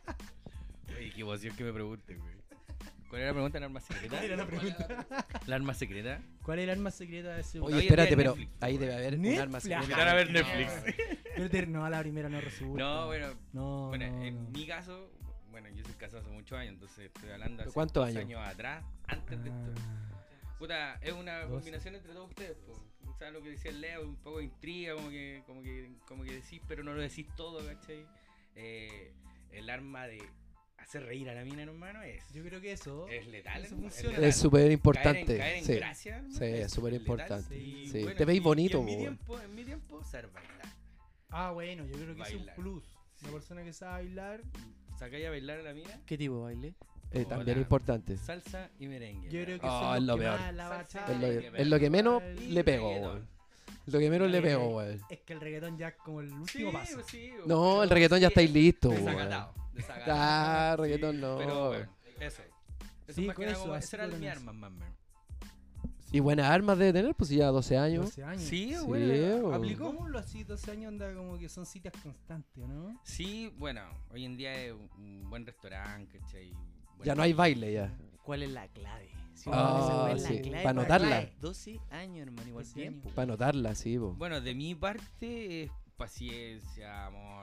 Oye, qué emoción que me pregunten, güey. ¿Cuál era la pregunta? ¿La arma secreta? ¿Cuál era la pregunta? ¿La arma secreta? ¿Cuál es el arma secreta de ese Oye, Hoy en espérate, día pero Netflix, ahí debe haber un Netflix. arma Ah, secreta. Invitar a ver Netflix. Pero te- no, a la primera no resulta. No, bueno, No, bueno, no, en no. mi caso, bueno, yo soy casado hace muchos años, entonces estoy hablando hace ¿Cuántos dos años? atrás, antes de esto. Ah, Puta, es una Dos. combinación entre todos ustedes, po. O sea, lo que decía el Leo, un poco de intriga, como que, como que, como que decís, pero no lo decís todo, ¿cachai? Eh, el arma de hacer reír a la mina, hermano, es, Yo creo que eso. es letal. eso hermano, funciona. letal. Es súper Caer en, importante. caer en Sí. gracia, hermano, Sí, es súper letal. importante. Y Sí, bueno, te veis y- bonito, y en mi po, weón. tiempo, en mi tiempo, saber bailar. Ah, bueno, yo creo que es un Bailar. plus. Sí. Una persona que sabe bailar. Sacáis a bailar a la mina, ¿Qué tipo de baile? Eh, también Hola. importante. salsa y merengue. Yo creo que Oh, son es los lo que peor. más la Salsa bachata. Es lo, Merengue, es lo que menos y le pego, reggaetón. weón. Lo que menos le Eh, pego, weón. Es que el reggaetón ya es como el Sí, último paso. sí, No, pero el reggaetón ya sí, estáis listos, weón. Desacatado. desacatado. Ah, Sí, reggaetón no. Pero bueno, eso. Eso Sí, más con que nada eso, como- así esa era con mi eso. arma, más o menos. Y buenas armas debe tener, pues si ya doce años. doce años. Sí, Sí, bueno, weón. aplicó. ¿Cómo lo así? doce años anda como que son citas constantes, ¿no? Sí, bueno, hoy en día es un buen restaurante, ¿cachai? Buen- Ya no hay baile ya. ¿Cuál es la clave? Si Ah, esa weá es la sí, clave pa' para anotarla. clave. doce años, hermano, igual doce tiempo. años. Para anotarla, sí, po. Bueno, de mi parte es paciencia, amor.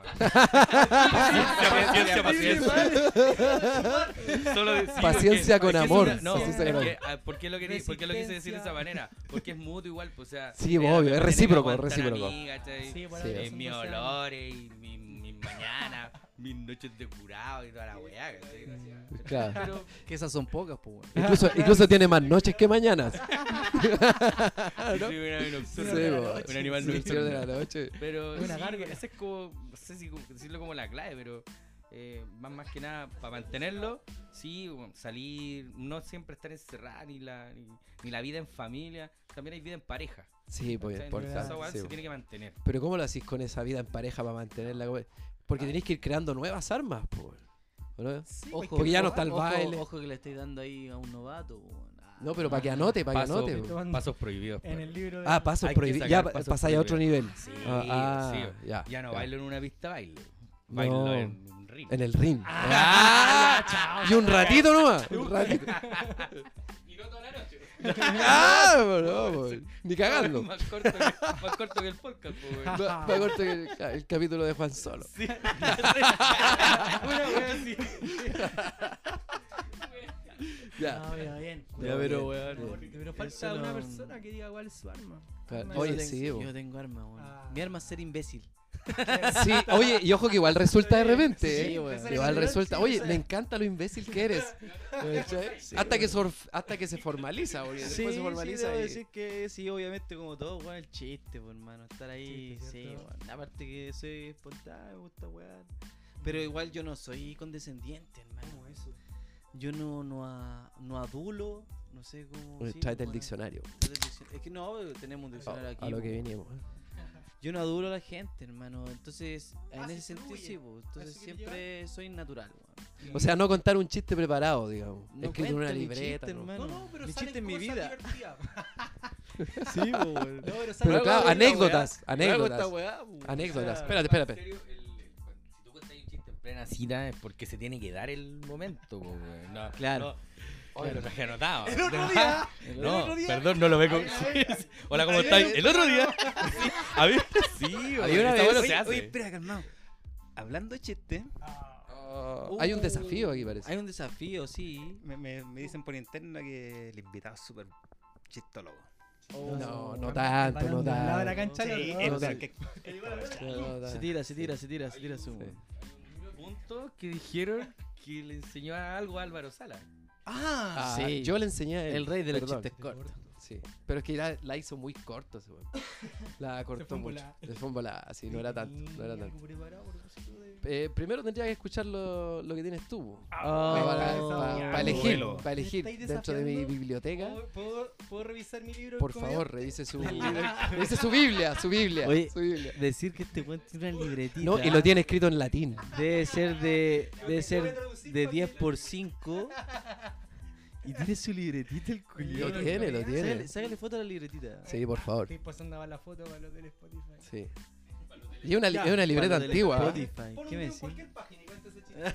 Paciencia, paciencia. Solo de- sí, Paciencia porque- con porque es amor. una- no, Paciencia es con que, ah, ¿por qué lo querí- por qué lo quise decir de esa Resistencia. manera? Porque es mutuo igual, pues, o sea. Sí, ella obvio, me es tiene que recíproco, aguantar a recíproco. mí, ¿cachai? Sí, por Sí. algo Eh, son mis doce años. olores y mi- mis mañanas, mis noches de curado y toda la weá, ¿cachai? Claro. Pero Que esas son pocas, pues, weón. Incluso, incluso tiene más noches que mañanas. sí, soy un animal Sí, nocturno, po. un animal Sí, nocturno. de la noche. Pero Una sí, gárgola. ese es como, no sé si como- decirlo como la clave, pero eh, más, más que nada, para mantenerlo, sí, bueno, salir, no siempre estar encerrada, ni la, ni, ni la vida en familia, también hay vida en pareja. Sí, pues ¿cachai? Entonces, importante. esa weá sí, se po. tiene que mantener. Pero ¿cómo lo hacís con esa vida en pareja para mantenerla? Porque tenéis que ir creando nuevas armas, po. ¿O no? Ojo, porque ya no está el ojo, baile. Ojo que le estáis dando ahí a un novato, weón. Ah, No, pero para que anote, para que Paso- anote. po. Paso- pasos prohibidos. En pues. el libro de. Ah, pasos Hay que prohibidos. sacar Ya pasos pasáis a otro nivel. Sí, Ah, ah, sí. ya. Ya no ya. bailo en una pista, bailo. Bailo No. en un ring. En el ring. Ah, Ah, y un ratito nomás. Un ratito. Y no toda la noche. Ah, no, po, ni cagando. más, corto que, más corto que el podcast, pues, weón. Va- va corto que el, el capítulo de Juan Solo. Sí. Una wea así. Ya. No, pero bien. Ya, pero, bien, weón. bien. Pero falta Eso una no- persona que diga cuál es su arma. Claro. Arma Yo Oye, de- tengo- sí, bo. Yo tengo arma, weón. Ah. Mi arma es ser imbécil. Sí, oye, y ojo que igual resulta de repente, Sí, ¿eh? weón. Igual resulta. Sí, Oye, sí. me encanta lo imbécil que eres. ¿Cachai? hasta, que sor- hasta que se formaliza, porque Sí, después se sí, formaliza. debo y- decir que sí, obviamente como todo, weón, el chiste, pues, hermano, estar ahí, Chiste, sí, ¿cierto? weón. Aparte que soy espontáneo, me gusta weón. Pero igual yo no soy condescendiente, hermano. ¿Cómo eso? Yo no, no, a- no adulo, no sé cómo... Oye, sí, tráete el weón. diccionario. Tráete el diccionario. Es que no, tenemos un diccionario A, aquí. a lo que pues. vinimos. Yo no adulo a la gente, hermano. Entonces, en Ah, ese sí sentido fluye. sí, pues. Entonces ¿A eso quiere siempre soy natural, weón. O sea, no contar un chiste preparado, digamos. No Escrito en una cuento mi libreta. chiste, ¿no? hermano. No, no, pero Mi salen chiste es mi cosas vida. divertidas. Sí, pues, weón. No, pero Pero salen claro, cosas anécdotas, Hago esta anécdotas. weá, pues. Anécdotas. O sea, Espérate, espérate, En espérate. serio, el- el- cuando- si tú cuentas un chiste en plena cita es porque se tiene que dar el momento, po, weón. No, Claro. No, Oye, lo traje anotado. El otro día. el No, otro día- perdón, no lo ve con. Ay, sí, ay, sí. Hola, ¿cómo estáis? El otro día. Sí, ¿ha visto? Sí, Había weón, una esta vez- weá no oye, se hace. oye, espera, calmado. Hablando de chiste, Ah, hay un desafío aquí, parece. hay un desafío, sí. Me, me, me dicen por interno que el invitado es súper chistólogo. No, no tanto, no Al lado de la tanto. cancha, Sí, no, es no, que- No, no Se tanto. tira, se tira, se tira, se tira su. Sí. Punto que dijeron que le enseñó algo a Álvaro Sala. Ah, Ah, sí. yo le enseñé a él. El rey de los perdón. chistes cortos. Sí, pero es que la, la hizo muy corto ese weón. La cortó fue en mucho. volada. Se fue en volada, sí, no era tanto, no era ¿Algo tanto. preparado a propósito de- Eh, primero tendría que escuchar lo, lo que tienes tú, po. Ah, para, esa para- weá. para elegir, Vuelo. para elegir ¿Me estáis dentro de mi desafiando? biblioteca. ¿Puedo, puedo, puedo revisar mi libro? Por del favor, comediante? revise su, revise su Biblia, su Biblia, Oye, su Biblia. Decir que este weón tiene una libretita. No, y lo tiene escrito en latín. Debe ser de. Debe Voy a ser traducir de para diez que- por cinco. Y tiene su libretita el Lo culiao. tiene, lo tiene. Sácale, sácale foto a la libretita. Sí, por favor. Estoy pasando la foto para los del Spotify. Sí. Y es una, li- Ya, es una libreta Para lo del antigua. ¿eh? Spotify. Pon ¿Qué un me en decís? cualquier página y cuenta ese chiste.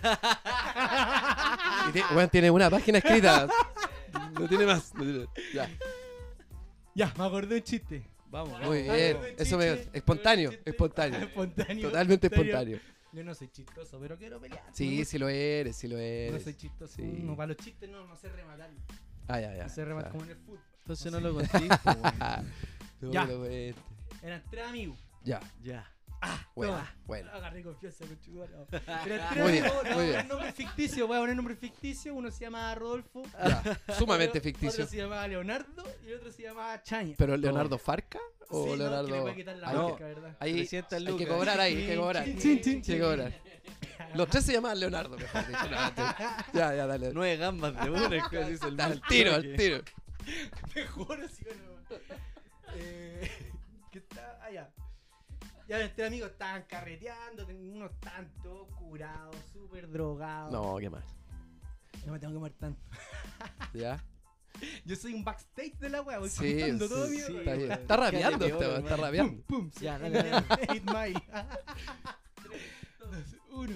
Y ti- weón, tiene una página escrita. No tiene más. no tiene- Ya. Ya, me acordé de un chiste. Vamos, Muy vamos. bien. buen Eso me. chiste, Espontáneo. buen chiste. Espontáneo. Espontáneo. Totalmente espontáneo. Yo no soy chistoso, pero quiero pelear. Sí, no, sí lo eres, sí lo no eres. soy chistoso. Sí. No, para los chistes no, no sé rematar. Ah, ya, ya. No sé rematar ya. como en el fútbol. Entonces no lo contigo, weón. No Ya. me lo cuentes. Eran tres amigos. Ya. Ya. Bueno, Toma. bueno. Agarré confianza con Chudoro. Pero el Muy bien, tres, no, muy no, bien. un nombre ficticio, voy a poner nombre ficticio. Uno se llama Rodolfo. Ya, sumamente otro- ficticio. Otro se llamaba Leonardo y el otro se llamaba Chaña. ¿Pero Leonardo Farca o Sí, no, Leonardo...? que le voy a quitar la Hay, marca, que, ¿verdad? ahí- trescientas hay que lucas. cobrar ahí, hay que cobrar. Chin, chin, chin, Hay que chin. cobrar. Los tres se llamaban Leonardo, mejor dicho. No, mentira. ya, ya, dale. Nueve gambas de una, es que así es el Al mal tiro, al toque. tiro. Mejor así, bueno. Eh, ¿Qué está? Ah, ya. Ya nuestros amigos estaban carreteando, ten- unos estaban todos curados, súper drogados. No, qué mal. No me tengo que mover tanto. ¿Ya? Yo soy un backstage de la wea, voy Sí, contando sí, todo mi sí. Está bien. rollo. Está rapeando Cállate, este, oro, weón, está hermano. rapeando. Pum, pum, Ya, sí, dale, dale. Hit my. Tres, dos, uno.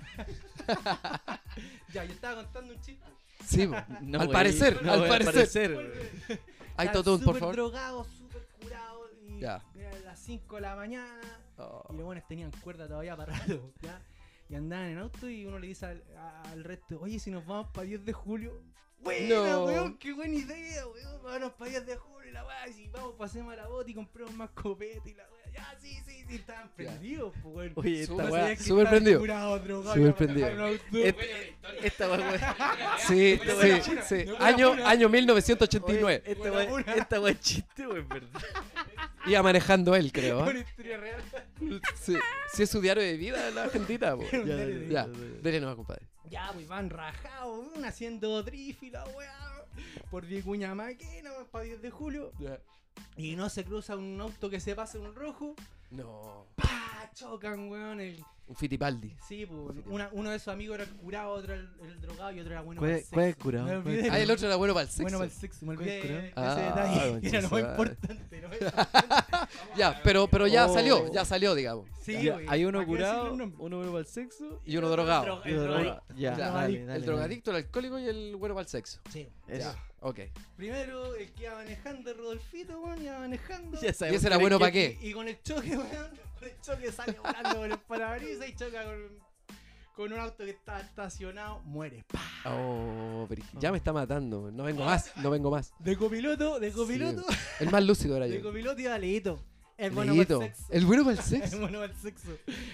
Ya, yo estaba contando un chiste. Sí, po. No, al güey, parecer, no, al güey, parecer. güey. Hay Estaban Totún, por súper favor. drogados, súper curados. Y Ya. eran las cinco de la mañana. Oh. Y los buenos tenían cuerda todavía para rato, ¿ya? Y andaban en auto y uno le dice al, a- al resto, oye, si nos vamos para diez de julio. Buena, No. weón, qué buena idea, weón. Vámonos para diez de julio y la weá. Y si vamos, pasemos a la bota y compramos más copete y la weá. Ya, sí, sí, sí, estaban prendidos, pues, weón. Oye, esta Súper, No weá. sabían que súper estaban prendido. curados, drogados, Súper iban a prendido. manejar un auto. Esta, esta weá. Sí, Esta sí, weá es una- sí. no, Año, una- año mil novecientos ochenta y Oye, nueve. Esta Buena, weá buena. esta weá es chiste, weón, verdad. Iba manejando él, creo. Una ¿eh? historia real. Sí. Sí, es su diario de vida la Argentina, po. Era un Ya, diario de Ya, vida. dele nomás, compadre. Ya, pues van rajados, weón, haciendo drift y la weá. Por Vicuña Maquena, para diez de julio. Y no se cruza un auto que se pasa en un rojo. No. ¡Pah! Chocan, weón. El... Un Fittipaldi. Sí, pues. Una, uno de sus amigos era el curado, otro era el, el drogado y otro era bueno ¿Cuál para es- el sexo. cuál es el curado? Me ¿Cuál es olvidé. Ah, el otro era bueno para el sexo. Bueno para el sexo, me ¿Cuál es el olvidé de ese curado? Ah, detalle. Era lo más conchetumare. importante, ¿no? Ya, pero, pero ya Oh. salió, ya salió, digamos. Sí, Ya, güey, hay uno ¿para qué decirle curado, un nombre? uno bueno para el sexo Y uno drogado. Droga- y el otro drogadicto. drogado. Ya, El dale, drogadicto. dale, El drogadicto, el alcohólico y el bueno para el sexo. Sí. dale. Eso. Ya, ok. Primero, el que iba manejando, el Rodolfito, weón, iba manejando. Ya ¿Y sabemos ese era quién bueno es para quién. qué? Y con el choque, weón, con el choque sale volando con el parabrisas y choca con, con un auto que está estacionado, muere. ¡Pah! Oh, pero ya me está matando. No vengo más, no vengo más. De copiloto, de copiloto, Sí. El más lúcido era de yo. copiloto iba Leito. El bueno Leíto. para el sexo. El bueno para el El sexo. bueno para el sexo.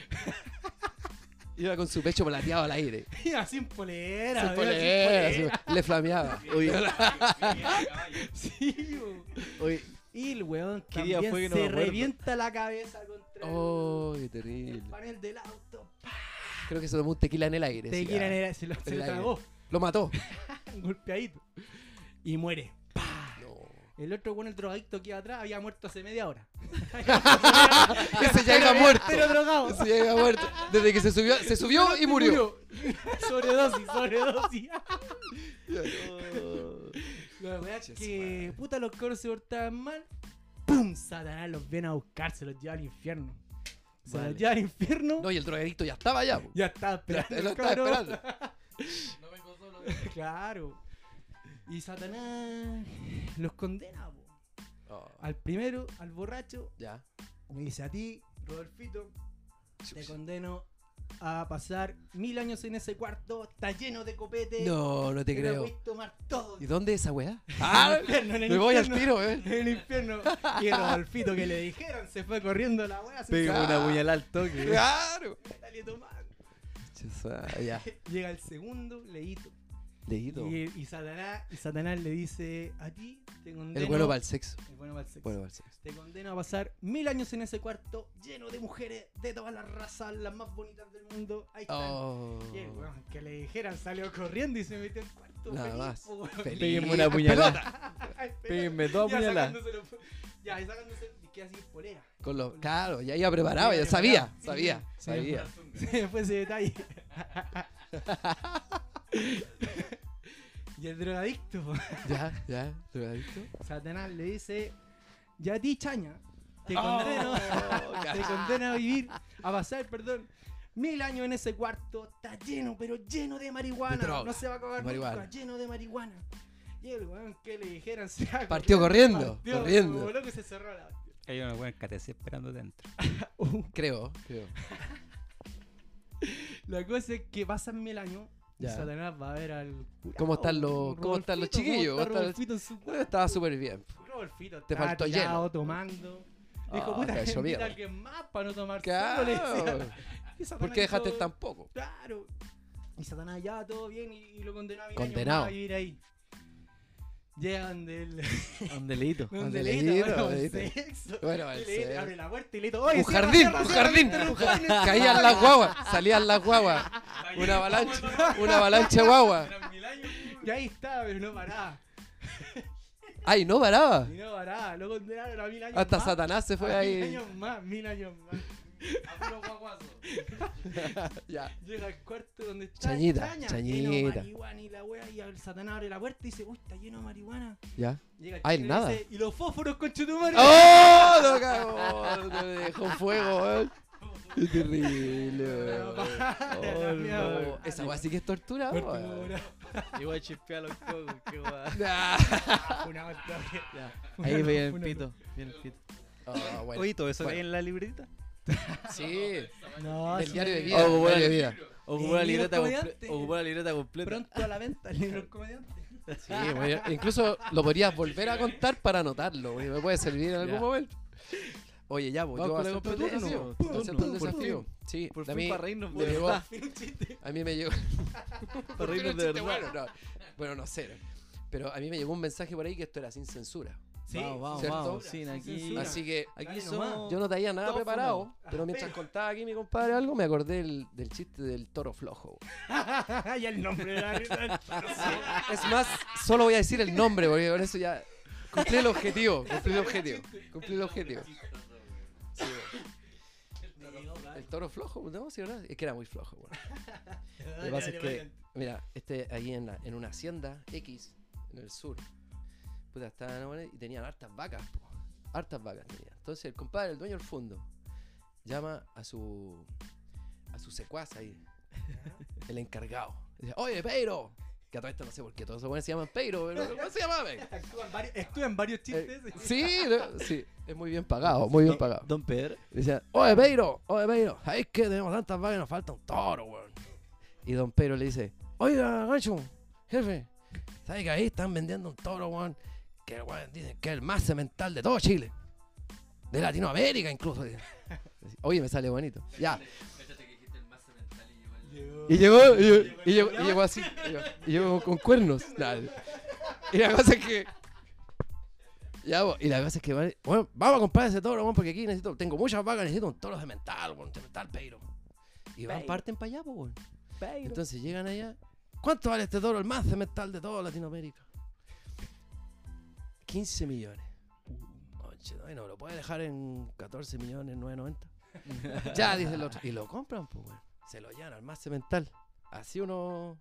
Iba con su pecho plateado al aire. Iba sin polera, Sin iba polera, sin así, le flameaba. Oye, Sí, bo. oye, Y el weón ¿Qué día también fue que no se me acuerdo? revienta la cabeza contra el- Oh, qué el, terrible. panel del auto. ¡Pah! Creo que se tomó un tequila en el aire. Te sí, quieren ya. era- se lo, se En lo el aire. tragó. Lo mató. Golpeadito. Y muere. No. El otro bueno, el drogadicto que iba atrás, había muerto hace media hora. Ese ya iba muerto. Pero drogado. Ese ya iba muerto. Desde que se subió, se subió y murió. Sobredosis, sobredosis. oh, La weá es Che, que puta los coros se portaban mal. ¡Pum! Satanás los viene a buscar, se los lleva al infierno. Se Vale. los lleva al infierno. No, y el drogadicto ya estaba allá. po. Ya estaba Ya, esperando. él lo el estaba cabrón. esperando. Claro. Y Satanás los condena, po. Oh, Al primero, al borracho, ya. me dice a ti, Rodolfito, te Chucha. condeno a pasar mil años en ese cuarto, está lleno de copete. No, no te que creo. puedes tomar todo. ¿Y dónde es esa weá? Ah, en el infierno, en el Me voy al infierno, tiro, eh. En el infierno. Y el Rodolfito que le dijeron se fue corriendo la wea. Se pega fue, una puñalada al toque. Claro. dale tomando. Chusa, ya. Llega el segundo, leíto. Leído. Y, y, Satanás, y Satanás le dice a ti, te condeno. El bueno para el sexo. el bueno para el sexo. Bueno para el sexo. Te condeno a pasar mil años en ese cuarto lleno de mujeres de todas las razas, las más bonitas del mundo. Ahí están. Oh. Y el weón que le dijeran salió corriendo y se metió al cuarto. Nada feliz, más. po, weón. Feliz. Péguenme una Al puñalada. pelota. Ay, pero- Péguenme toda ya puñalada. sacándoselo- Ya, y sacándose, y queda sin polera. Con los, claro, ya iba preparado, ya Sí, sabía, preparado. sabía, Sí, sabía. Se me fue ese detalle. Y el drogadicto, po, Ya, ya, drogadicto. Satanás le dice, ya a ti, Chaña, te Oh, condeno, carajo. te condeno a vivir, a pasar, perdón, mil años en ese cuarto, está lleno, pero lleno de marihuana, De droga, no se va a acabar marihuana. nunca, lleno de marihuana. Y el weón que le dijeran, se va Partió corriendo, partió, corriendo. como loco y se cerró la hostia. Hay una buena K T C esperando dentro. Creo, creo. La cosa es que pasan mil años y Ya. Satanás va a ver al curado, ¿Cómo están los- cómo están los Rodolfito, chiquillos? ¿Cómo está ¿Cómo está Rodolfito en su Bueno, estaba súper bien. Rodolfito Te estaba faltó tirado, hielo. tomando. Dijo, Ah, puta, te ha hecho invita mierda. a alguien más para no tomar Claro. solo, le decía. Y Satanás ¿Por qué dejaste dijo, tan poco? Claro. Y Satanás ya, todo bien, y, y lo condenó a mil Condenado. años más a vivir ahí. Llegan del... Un delito. de un Un delito, delito, bueno, un delito. sexo. Bueno, el Y le sexo. abre la puerta y le dice, oye, Un cierra, jardín, cierra, un cierra, jardín. interrupciones". Caían las guaguas, salían las guaguas. Una avalancha, una avalancha de guagua. Y ahí estaba, pero no paraba. Ay, no paraba. Y no paraba, lo condenaron a mil años Hasta más. Satanás se fue A ahí. Mil años más, mil años más. Ya. Llega al cuarto donde está Chañita, Chaña, chañita. lleno de marihuana y la wea, y el Satanás abre la puerta y dice, uy, está lleno de marihuana. Ya. Llega el Ay, Chaña y nada. dice, y los fósforos con chutumare. ¡Oh! Lo cagó. Me dejó fuego, weón. Qué terrible, weón. Oh, no. Esa weá sí que es tortura, weón. Igual chispea los cocos, qué guay. Ah, Una otra. Ahí veía el Una- pito. Viene el pito. Oh, bueno. Oye, ¿todo eso Bueno. hay en la libreta? Sí, No, del sí, diario de no. vida. Oh, del bueno. diario de vida. Ocupó la Eh, libreta los completa. comediantes. Ocupó la libreta completa. Pronto a la venta el libro del comediante. Sí, muy bien. Incluso lo podrías volver a contar para anotarlo, güey. Me puede servir en algún Ya. momento. Oye, ya, pues Vamos yo con la acepto el competencia, desafío. pues, Acepto turno, el por desafío. Sí, Por a fin mí para reírnos me de llegó, verdad. Un chiste. a mí me llegó. Para reírnos de Chiste verdad. Bueno, no, bueno, no sé. Pero a mí me llegó un mensaje por ahí que esto era sin censura. Sí, Vamos, vamos, ¿cierto? vamos. Sí, aquí. Censura. Así que Aquí Dale somos. nomás. yo no traía nada Todo preparado. fumado. Pero mientras contaba aquí mi compadre algo, me acordé del, del chiste del toro flojo. güey. Y el nombre de la risa del toro. Es más, solo voy a decir el nombre porque con eso ya cumplí el objetivo. Cumplí el objetivo. Cumplí el objetivo. Sí, güey. El toro flojo, ¿no? Sí, ¿verdad? Es que era muy flojo. Bueno. Lo que pasa es que, mira, este ahí en, la- en una hacienda X, en el sur, puta, estaban bueno, y tenían hartas vacas, po. Hartas vacas tenían. Entonces el compadre, el dueño del fondo, llama a su a su secuaz ahí, el encargado. Y dice, oye, Peiro. Que a todo esto no sé por qué todos los buenos se llaman Peiro, pero ¿cómo se llama, Peiro? Actúan varios, actúan varios chistes. Eh, sí, no, sí, es muy bien pagado, muy bien pagado. Don Pedro. Y decía, oye, Peiro, oye, Peiro, ¿sabes que tenemos tantas vacas y nos falta un toro, weón? Y don Pedro le dice, oiga, gancho, jefe, ¿sabes que ahí están vendiendo un toro, weón? Que, weón, dicen que es el más semental de todo Chile. De Latinoamérica, incluso. Dice. Oye, me sale bonito. Ya. Y llegó, y llegó, y llegó, y llegó así. Y llegó, y llegó con cuernos. Nah. Y la cosa es que. Ya, bo, y la cosa es que, vale, bueno, vamos a comprar ese toro, weón, porque aquí necesito, tengo muchas vacas, necesito un toro semental, weón, semental, Peiro. Y van, parten para allá, pues, weón. Entonces llegan allá. ¿Cuánto vale este toro, el más cemental de toda Latinoamérica? quince millones. Oye, no, no, lo puede dejar en catorce millones novecientos noventa. Ya, dice el otro. Y lo compran, pues, weón. Se lo llevan al más cemental. Así uno.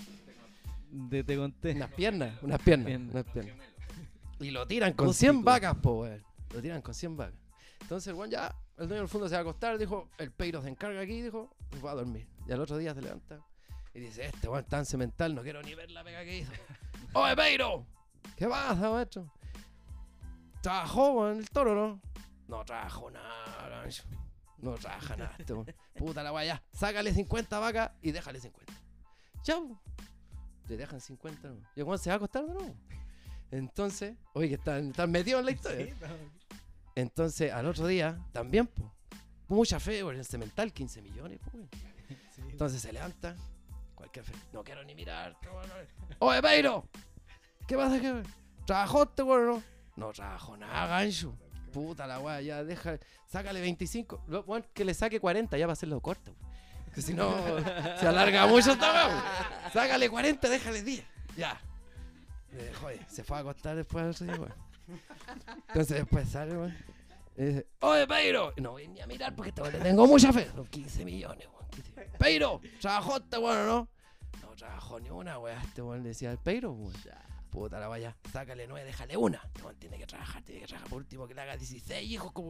De, te conté. Unas piernas, unas piernas. Piernas. Unas piernas. Y lo tiran con Rústico. cien vacas, po, weón. Lo tiran con cien vacas. Entonces, weón, ya, el dueño del fondo se va a acostar, dijo, el Peiro se encarga aquí, dijo, y va a dormir. Y al otro día se levanta y dice, este weón tan cemental, no quiero ni ver la pega que hizo. ¡Oye, Peiro! ¿Qué pasa, maestro? ¿Trabajó, weón, el toro, no? No trabajó nada, gancho. No trabaja nada, este weón. Puta la weá, ya. Sácale cincuenta vacas y déjale cincuenta. Chau. Le dejan cincuenta, ¿no? Y el weón se va a acostar de nuevo. Entonces, oye, que están, están metidos en la historia. Entonces, al otro día, también, po, mucha fe por el cemental, quince millones, po, weón. Entonces se levanta, cualquier fe. No quiero ni mirar. Oye, Peiro, ¿qué pasa, jefe? ¿Trabajó este weón, no? No trabajó nada, gancho. Puta la weá, ya deja, sácale veinticinco. Lo, bueno, que le saque cuarenta ya va a hacerlo corto. Que si no, se alarga mucho esta weá, weón. Sácale cuarenta, déjale diez. Ya. Le dejó ahí, se fue a acostar después del otro día, weón. Entonces después sale, weón. Y dice, oye, Peiro. Y no voy ni a mirar porque este weón le tengo mucha fe. Son quince millones, weón. Peiro, ¿trabajó este weón o no? No trabajó ni una, weón. Este weón le decía al Peiro, weón. Puta la vaya, sácale nueve, déjale una. Este weón tiene que trabajar, tiene que trabajar por último que le haga dieciséis hijos como.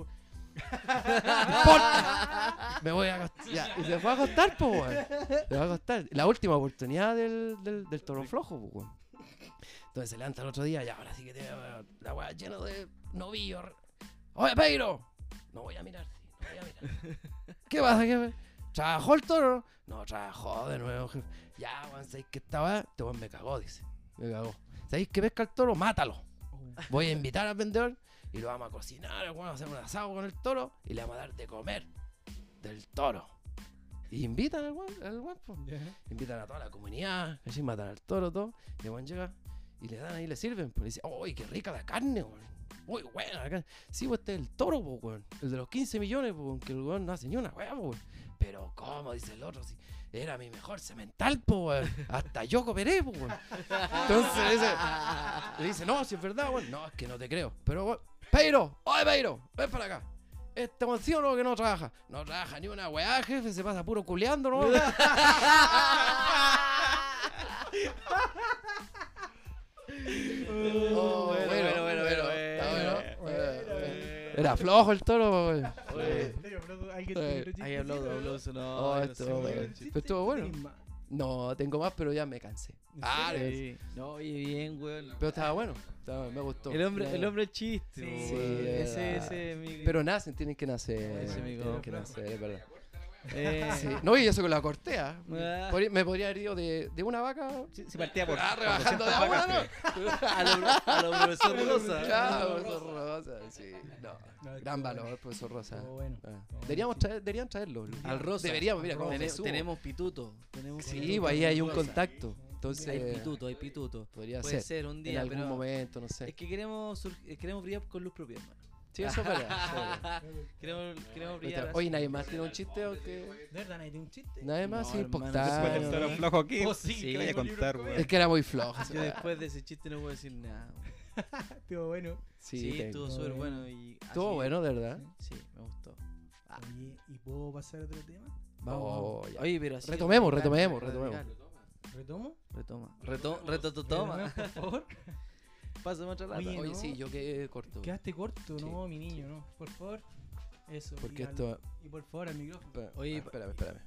No importa. Me voy a acostar. Ya. Y se fue a acostar, po, weón. Se va a acostar. La última oportunidad del, del, del toro flojo, po, weón. Entonces se levanta el otro día y ahora sí que tiene la weá llena de novillos. Oye, Peiro. No voy a mirar, sí, no voy a mirar. ¿Qué pasa, jefe? ¿Trabajó el toro? No, trabajó de nuevo, jefe. Ya, weón, ¿sabéis que estaba? Este weón me cagó, dice. Me cagó. ¿Sabéis que pesca el toro? Mátalo. Voy a invitar al vendedor y lo vamos a cocinar, vamos a hacer un asado con el toro y le vamos a dar de comer del toro. Y invitan al weón, al weón, po. Invitan a toda la comunidad, así matan al toro, todo. Y el weón llega y le dan ahí, le sirven, pues. Y dice, ¡uy, qué rica la carne, weón! Muy buena la carne. Sí, pues este es el toro, pues, weón. El de los quince millones, pues, que el weón no hace ni una weá, pues. Pero, ¿cómo? Dice el otro, sí. Era mi mejor semental, pues, weón. Hasta yo cooperé, pues, weón. Entonces le dice, le dice, no, si es verdad, weón. No, es que no te creo. Pero, weón, Peiro, oye, Peiro, ven para acá. Este weón, ¿sí o no que no trabaja? No trabaja ni una weá, jefe, se pasa puro culeando, ¿no? Oh, bueno, bueno, bueno, bueno, está bueno. Eh, Era flojo el toro, weón. Oye, ¿Alguien Eh, tiene otro chiste ahí así, aplaudo, no? aplauso, no. Oh, yo no esto, sé, bueno. weón. Pero estuvo bueno. ¿Tenés más? No, tengo más, pero ya me cansé. ¿En Ah, serio? Sí. No, oye, bien, weón. pero estaba bueno. Estaba- me gustó. El hombre, Era- el hombre chiste, Sí, weón. sí, ese, era- ese es mi... Pero nacen, tienen que nacer. Ese tienen amigo. que nacer, es verdad. Eh, Sí. No, y eso con la cortea. Ah. Podría- me podría haber ido de, de una vaca. Si, si partía por. Ah, por rebajando de doscientas agua, vacas, ¿no? a lo, a lo profesor Rosa. Claro, profesor Rosa, sí. No, No, gran estuvo valor, bueno. profesor Rosa. Estuvo bueno. Ah. Estuvo Deberíamos bueno, traer, deberían traerlo. Al Rosa. Deberíamos, mira cómo Tene- me subo. tenemos pituto. Tenemos Sí, pituto pues ahí con hay un Rosa. contacto. Entonces, Hay pituto, hay pituto. podría Puede ser. ser un En día, algún pero momento, no sé. es que queremos sur- eh, queremos brillar con luz propia, hermano. Sí, eso es verdad. queremos, queremos Sí. brillar. Oye, así. nadie más tiene un chiste o qué? ¿De verdad nadie tiene un chiste? Nadie más, No, sí, hermano, Después del Poctano. toro ¿no? flojo aquí. Oh, sí, Sí, ¿Qué voy a que contar, libro weón? Es que era muy flojo. esa Yo weá. después de ese chiste no puedo decir nada. weón. Estuvo bueno. Sí, Sí, tengo. estuvo súper bueno y Estuvo así- bueno, de verdad. Sí, me gustó. Ah. Oye, ¿y puedo pasar a otro tema? Vamos, Oh, vamos. ya. Oye, pero así Retomemos, radical, retomemos, radical. retomemos. ¿Retomo? Retoma. Reto, retototoma. Retomemos, por favor. Pásame otra lata. Oye, Oye, no. sí, yo quedé corto. Quedaste corto, Sí. no, mi niño, no. Por favor. Eso. Porque y al- esto. Y por favor al micrófono. Espera, Oye, ah, espérame, espérame.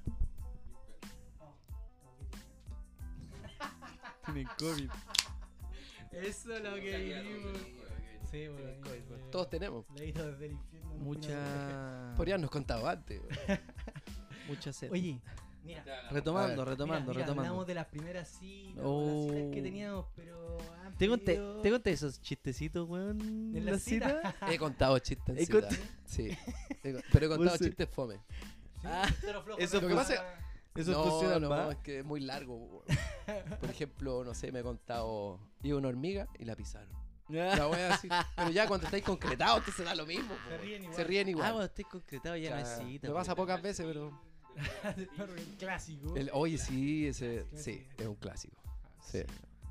Tienen COVID. Eso es lo que vivimos. Sí, bueno. Todos tenemos. Leído desde el infierno. no Mucha. Podrían habernos contado antes. weón. Mucha sed. Oye, mira. retomando, A ver. retomando, mira, mira, retomando. hablamos de las primeras citas, Oh. las citas que teníamos, pero han ¿Te conté, pedido- ¿Te conté esos chistecitos, weón? ¿En la las citas? He contado chistes en He cita. cont- Sí. He con- Pero he contado Vos sí. chistes fome. Sí, Ah, pero flojo, eso no Lo que pasa- pasa- Eso no, funciona no, más. es que es muy largo. weón. Por ejemplo, no sé, me he contado. Iba una hormiga y la pisaron. La wea así. Pero ya cuando estáis concretados, entonces da lo mismo. Se po. ríen igual. Se ríen Ah, igual. cuando estés concretado ya no Claro, es cita. me pasa weón. pocas veces, pero. El perro, el clásico. El, oye, sí, ese. Clásico. Sí, es un clásico. Sí.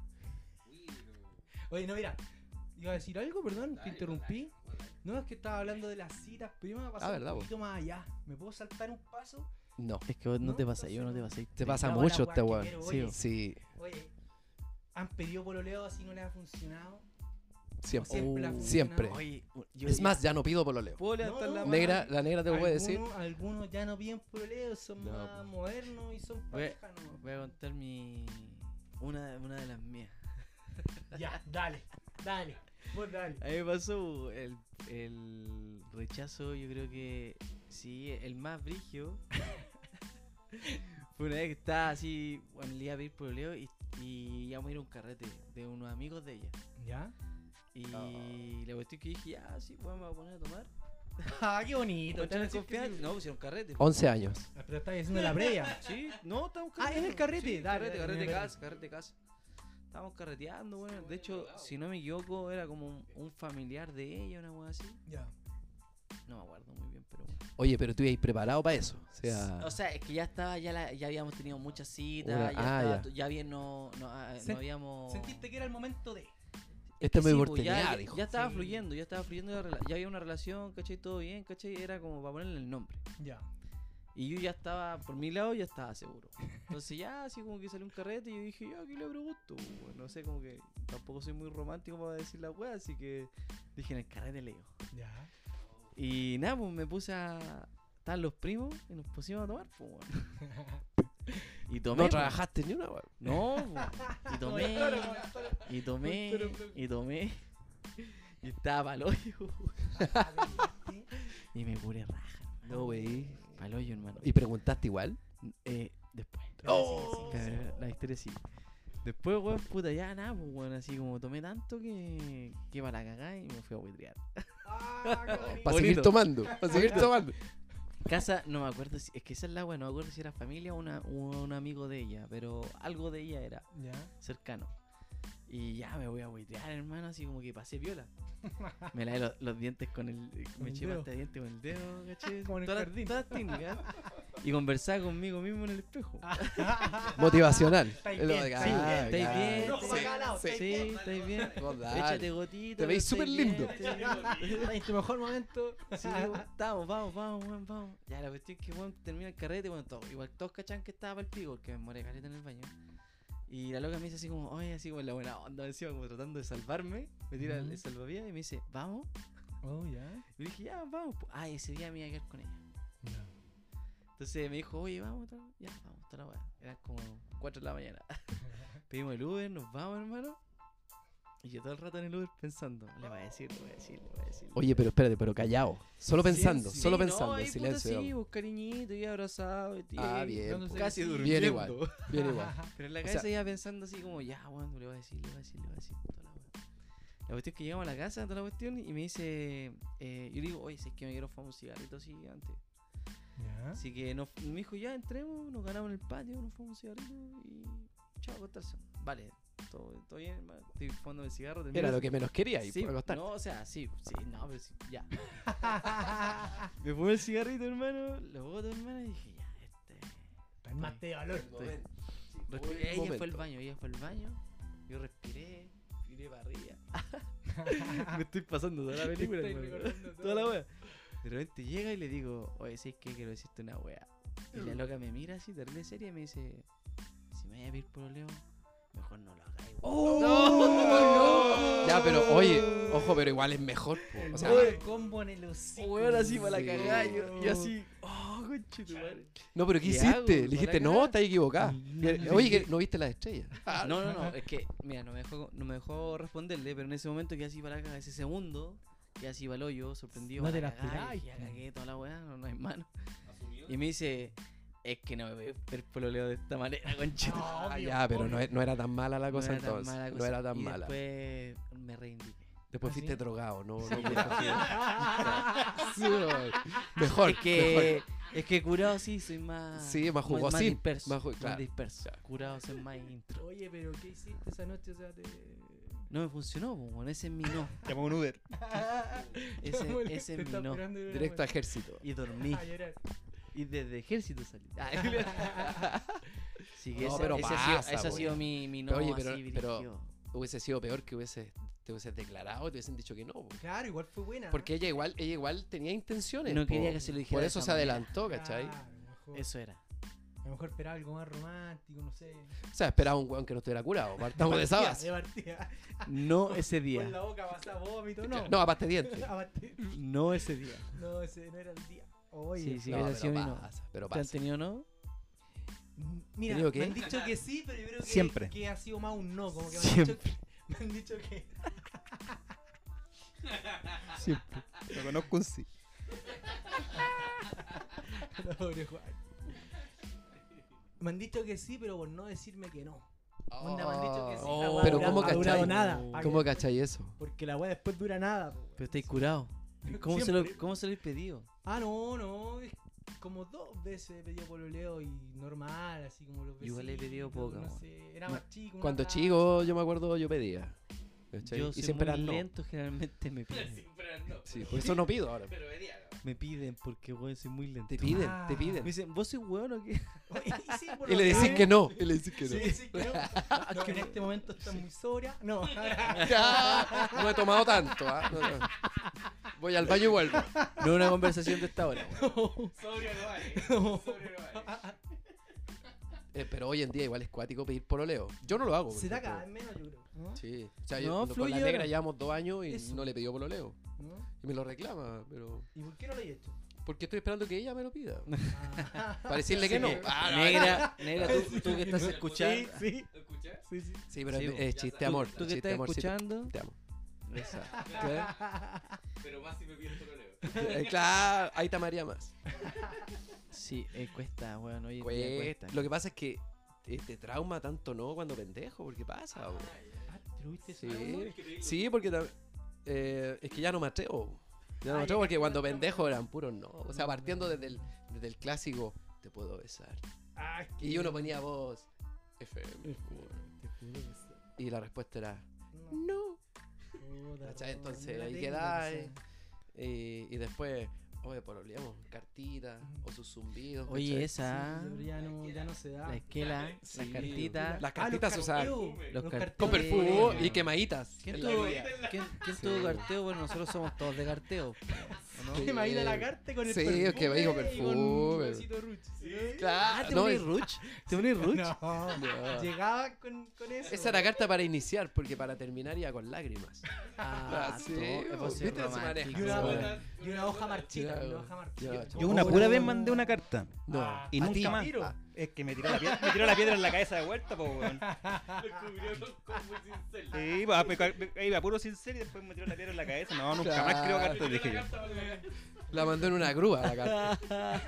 Oye, no, mira. Iba a decir algo, perdón, te interrumpí. No, es que estaba hablando de las citas, pero yo me voy a pasar Ah, ¿verdad, un vos? poquito más allá. ¿Me puedo saltar un paso? No. Es que vos no No, te pasa, yo no entonces te no. pasé. Te pasa Venga, mucho la este weá weón. que quiero, Sí, oye. Sí, Oye, ¿han pedido pololeo así no les ha funcionado? siempre. Siempre ha Oh. funcionado. Siempre. Oye, yo Es ya- más, ya no pido pololeo. ¿Puedo levantar No, la no. mano? Negra, la negra te lo puede decir. Algunos- Algunos ya no piden pololeo, son No, más modernos y son Voy- pareja, ¿no? Voy a contar mi. Una, una de las mías. Ya, dale, dale, vos dale. A mí me pasó el, el rechazo, yo creo que sí, el más brigio. Fue una vez que estaba así, bueno, le iba a pedir pololeo y, y íbamos a ir a un carrete de unos amigos de ella. ¿Ya? Y Oh. la cuestión que dije, ya, sí, bueno, me voy a poner a tomar. Ah, qué bonito. Con te van a mucha decir que confianza. sí. No, pusieron carrete. once años. Ah, pero estáis haciendo la previa. Sí, no, estamos Ah, en el carrete, Sí, dale, carrete, dale, carrete dime, casa, carrete casa. Estábamos carreteando, bueno. De hecho, si no me equivoco, era como un, un familiar de ella, una cosa así. Ya. No me acuerdo muy bien, pero bueno. Oye, pero tú ibas preparado para eso. O sea, O sea, es que ya estaba, ya, la- ya habíamos tenido muchas citas, Una- ya, ah, estaba ya. to- ya bien no, no, ah, no Sen- habíamos... Sentiste que era el momento de. esta es mi Sí, pues, oportunidad, ya, ya- dijo. ya estaba Sí. fluyendo, ya estaba fluyendo, la rela- ya había una relación, ¿cachai? Todo bien, ¿cachai? Era como para ponerle el nombre. Ya. Y yo ya estaba, por mi lado, ya estaba seguro. Entonces ya, así como que salió un carrete y yo dije, ya, aquí le pregunto. Bueno, no sé, como que tampoco soy muy romántico para decir la wea, así que dije, en el carrete le digo. Ya. Y nada, pues me puse a... Estaban los primos y nos pusimos a tomar, pues, weón. Y tomé. No pues. trabajaste ni una, weón. No, pues. Y tomé. Y tomé. Y tomé. Y estaba pa'l hoyo. Y me curé raja. No, wey. Pa'l hoyo, hermano. ¿Y preguntaste igual? Eh, después. Oh. Pero la historia sí. Después, weón, puta, ya nada, pues, weón, así como tomé tanto que, que para la cagada y me fui a buitrear. Ah, qué bonito. Para seguir Bonito. tomando. Para seguir tomando. Casa, no me acuerdo si, es que esa es la weá, no me acuerdo si era familia o una, un amigo de ella, pero algo de ella era Ya. cercano. Y ya me voy a buitear, hermano, así como que pasé viola. Me lavé los, los dientes con el. Con Me el eché dedo. pasta de dientes con el dedo, ¿cachai? Como en el Todas las- jardín. todas las técnicas. Y conversaba conmigo mismo en el espejo. Motivacional. Estáis Es lo bien, de- estáis ah, bien, ¿Estáis claro. bien? Rojo para cada lado, Sí, estáis sí, bien. estáis bien. Vos dale. Échate gotito. Te veis estáis súper bien, lindo. estáis bien. Está en tu mejor momento. Sí, vamos, vamos, vamos, weón, vamos. Ya, la cuestión es que, weón, termina el carrete, bueno, todo. Igual todos cachan que estaba para el pico, porque me moré caleta en el baño. Y la loca me dice así como, oye, así como en la buena onda, encima como tratando de salvarme. Me tira Ujú. el salvavidas y me dice, vamos. Oh, ya. Y dije, ya, vamos. po". Ah, ese día me iba a quedar con ella. Entonces me dijo, oye, vamos, tal. Ya, vamos, toda la weá. Eran como cuatro de la mañana. Pedimos el Uber, nos vamos, hermano. Y yo todo el rato en el Uber pensando, le voy a decir, le voy a decir, le voy a decir. le voy Oye, pero espérate, pero callado. Solo pensando, Sí, solo no, pensando, ahí, en puta, silencio. sí, digamos. pues, cariñito y abrazado. Y, Ah, y- bien, dándose po. Casi besitos. durmiendo. Bien igual. Bien igual. Pero en la O cabeza sea- iba pensando así como, ya, bueno, le voy a decir, le voy a decir, le voy a decir. Toda la, wea. La cuestión es que llegamos a la casa, toda la cuestión, y me dice, eh, yo digo, oye, si es que me quiero fumar un cigarrito así antes. Ya. Así que nos, me dijo, ya entremos, nos ganamos en el patio, nos fumamos un cigarrito y chao, acostarse. Vale, todo, todo bien, hermano. Estoy fumando el cigarro. termino- Era lo que menos quería y Sí, por acostar. no, o sea, sí, sí, no, pero sí, ya. Me fumé el cigarrito, hermano, lo boto, hermano, y dije, ya, este... Más de valor. Estoy- Buen Respiré, ella fue al momento. baño, ella fue al baño, yo respiré, miré para arriba. Me estoy pasando toda la película, Estoy hermano. recordando todo. Toda la wea. De repente llega y le digo, oye, ¿sabes qué? Quiero decirte una wea. Y la loca me mira así, terrible seria, y me dice, si me vaya a pedir pololeo, mejor no lo hagáis. ¡Oh! Ya, pero oye, ojo, pero igual es mejor. po. O sea, Oye, combo en el hocico. Weón, así para la Sí. cagada, yo, yo así, oh, conchetumare. no, pero ¿qué ¿qué hiciste? hago? Le ¿Para dijiste, la no, cagada? estás equivocada. No, Oye, que no viste las estrellas. No, no, no, es que, mira, no me dejó, no me dejó responderle, pero en ese momento que así para la cagada, ese segundo, que así para el hoyo, sorprendido. No para te la cagar, esperabas, y Ya po. cagué toda la weá, no, no hay mano. Y me dice, es que no me voy a ver pololeo de esta manera, conchetumare. Ah, Obvio, ya, pero obvio. no, e- no era tan mala la cosa no era tan entonces. mala No cosa. era tan y mala. Después, Después me reivindiqué. ¿Ah, fuiste sí? drogado, no, Sí, no ya. curaste. Sí, no. Mejor, Es que, es que curado sí, soy más. Sí, más Más jugosín, disperso. más ju- Más, claro, disperso. claro. Curado soy más intro. Oye, pero ¿qué hiciste esa noche? O sea, te... No me funcionó, po, bueno, ese es mi no. Llamó un Uber. Ese, ese es mi no. Directo a ejército. Y dormí. A llorar. Y desde ejército salí. Sí, que No, ese, pero ese ha pasa, sido, ese ha po, sido ya. mi, mi no. Oye, pero- así, pero- brígido. Hubiese sido peor que hubiese, te hubieses declarado y te hubiesen dicho que no. po. Claro, igual fue buena. Porque ella igual, ella igual tenía intenciones. No po. quería que se lo dijera Por de eso esa se manera. adelantó, ¿cachai? Claro, a lo mejor- Eso era. A lo mejor esperaba algo más romántico, no sé. O sea, esperaba un weón que no estuviera curado. Partamos de esa Partida, base. de partida. No ese Con día. la boca pasada vómito, no. No, aparte dientes. Aparte- No ese día. No, ese no era el día. Oye, Sí, sí, No, hubiera pero sido mi no. pasa, pero ¿Te han pasa. tenido no? Mm, Mira, ¿Te digo me qué? han dicho que sí, pero yo creo que, Siempre. que ha sido más un no. Como que me han Siempre. dicho que. Me han dicho que. Siempre. Lo conozco un sí. Pobre Juan. Me han dicho que sí, pero por no decirme que no. Onda, me han dicho que sí. Oh. la weá Pero dura- ¿cómo ha durado cachai? nada. pa' ¿Cómo que- cachai eso? Porque la weá después dura nada. po, weón. Pero estáis curado. ¿Cómo se, lo, Siempre. ¿Cómo se lo he pedido? Ah, no, no. Es como dos veces he pedido pololeo y normal, así como los Igual he pedido besitos, poca, No weón. sé, era No, más chico. una Cuando taza. chico, yo me acuerdo, yo pedía. ¿cachai? Yo Y soy siempre muy eran no. lento, generalmente me piden. Sí, por eso no pido ahora. Me piden porque, weón, soy muy lento. Te piden, Ah. te Me piden. dicen, ¿vos sois weón o qué? Oye, y sí, por Y lo le decís que- que no. Y le decís que no. Sí, sí, que no. No, que en este momento está muy sobria. No. Ya, no he tomado tanto. ¿ah? No, no. Voy al baño y vuelvo. No es una conversación de esta hora, weón. Sobrio no hay. Sobrio no hay. Eh, pero hoy en día igual es cuático pedir pololeo. Yo no lo hago. por Se da ejemplo. cada vez menos, yo creo. ¿No? Sí. O sea, No, yo con la fluye negra ahora. llevamos dos años y Eso. no le pidió pololeo. ¿No? Y me lo reclama, pero... ¿Y por qué no lo he hecho? Porque estoy esperando que ella me lo pida. Ah. Para decirle que Sí, no. que- Ah, no. Negra, negra, tú, tú que estás escuchando. Sí, sí. ¿Lo escuchás? Sí, sí. Sí, pero Sí, es, bo. es Ya chiste sabes. amor. Tú que chiste estás amorcito. escuchando. Te amo. Esa. Pero más si me pides pololeo. Eh, claro, ahí está María más. Sí, eh, cuesta, weón. Oye, Cuesta. cuesta. Lo que pasa es que eh, te trauma tanto no cuando pendejo, porque pasa, bo. Ah, ¿te lo viste Sí, eso? sí, porque tam- eh, es que ya no me atrevo. Ya no me atrevo porque cuando pendejo eran puros no. O sea, partiendo desde el, desde el clásico, te puedo besar. Ah, Y uno ponía voz F M. Y la respuesta era no. ¿Cachai? Entonces ahí quedáis. Y, y después, oye, pololeamos, cartitas o sus zumbidos. Oye, ¿cachai? esa, Sí, ya no, ya no se da. la esquela, Sí. las cartitas. Las Ah, cartitas se los usaban carteos, Los los car- carteos. con perfume y quemaditas. ¿Quién en la tuvo, vida. ¿quién, quién Sí. tuvo carteo? Bueno, nosotros somos todos de carteo. ¿o no? Sí. Que me ha ido la carta con el Sí, perfume. es que me dijo y con perfume. un besito ruch. ¿Sí? Ah, Claro, ¿te no, unís es- Ruch? ¿Te unís Ruch? No, no. llegaba con, con eso. Esa era carta para iniciar, porque para terminar iba con lágrimas. Ah, Ah, sí, todo, vos, es vos sí viste, se romántico, Y una, weón. y una hoja marchita. Claro. Una hoja marchita. Yo- Yo una Oh, pura no. vez mandé una carta. No, Ah, Y a nunca ti. más. Tiro. Ah, Es que me tiró la piedra, me tiró la piedra en la cabeza de vuelta, po, weón. Sí, pues, me, me, me iba puro sincero y después me tiró la piedra en la cabeza. No, nunca más creo Claro. cartas, dije yo. la mandó en una grúa la carta.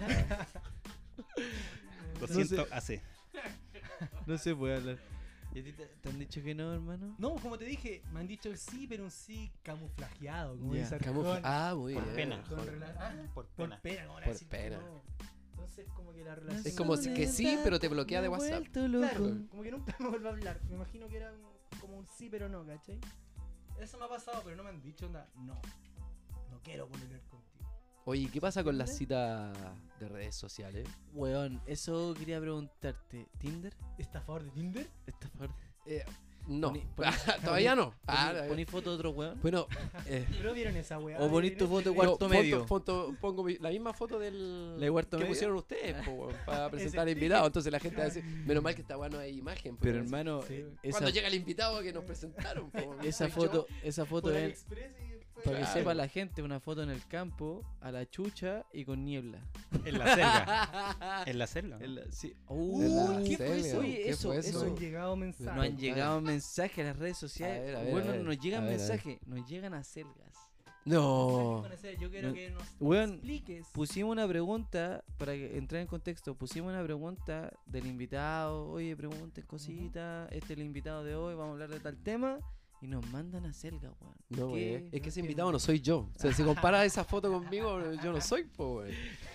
Lo siento, hace. No se puede hablar. ¿Y a ti te, te han dicho que no, hermano? No, como te dije, me han dicho el sí, pero un sí camuflajeado. Como Ya, dice Camufla- Arjona. Ah, muy Por bien. pena. Con Joder. rela- ah, Por Por pena. pena, ¿cómo van a Por decir que pena. no? Entonces, como que la relación. Es como si- que sí, pero te bloquea de WhatsApp. Claro, como que nunca me vuelve a hablar. Me imagino que era un- como un sí, pero no, ¿cachai? Eso me ha pasado, pero no me han dicho nada. No, no quiero volver contigo. Oye, ¿qué pasa con las citas de redes sociales? Weón, eso quería preguntarte. ¿Tinder? ¿Está a favor de Tinder? ¿Está fuerte? Eh, no, Poní- poní- todavía no. Ah, ¿Poní, poní foto de otro weón? bueno, eh, ¿Pero vieron esa weá? O ponís tu foto de yo cuarto foto- medio. foto- pongo mi- la misma foto del ¿La de cuarto que medio? pusieron ustedes po, weón, para presentar al sticker. invitado. Entonces la gente va a decir, menos mal que esta weá no hay imagen. po, Pero va a decir, hermano, Sí. eh, esa, cuando llega el invitado que nos presentaron, po, weón, esa soy yo. foto, esa foto Por es, AliExpress y después- para que Claro. sepa la gente, una foto en el campo, a la chucha y con niebla. En la selga. En la selga. ¿no? En la- sí. En la Uy, ¿qué fue selga, eso? Oye, ¿qué eso, fue No eso. han llegado mensajes. Nos han llegado mensajes a las redes sociales. A ver, a ver, bueno, a ver, nos llegan a ver, a ver. mensajes, nos llegan a selgas. No. Yo quiero No. que nos Weón, expliques. Pusimos una pregunta, para que entrar en contexto, pusimos una pregunta del invitado, oye, pregunten cositas, este es el invitado de hoy, vamos a hablar de tal tema, y nos mandan a selga, weón. No, ¿Qué? weón. Es que ese No invitado no soy yo. O sea, si compara esa foto conmigo, yo no soy, po, weón.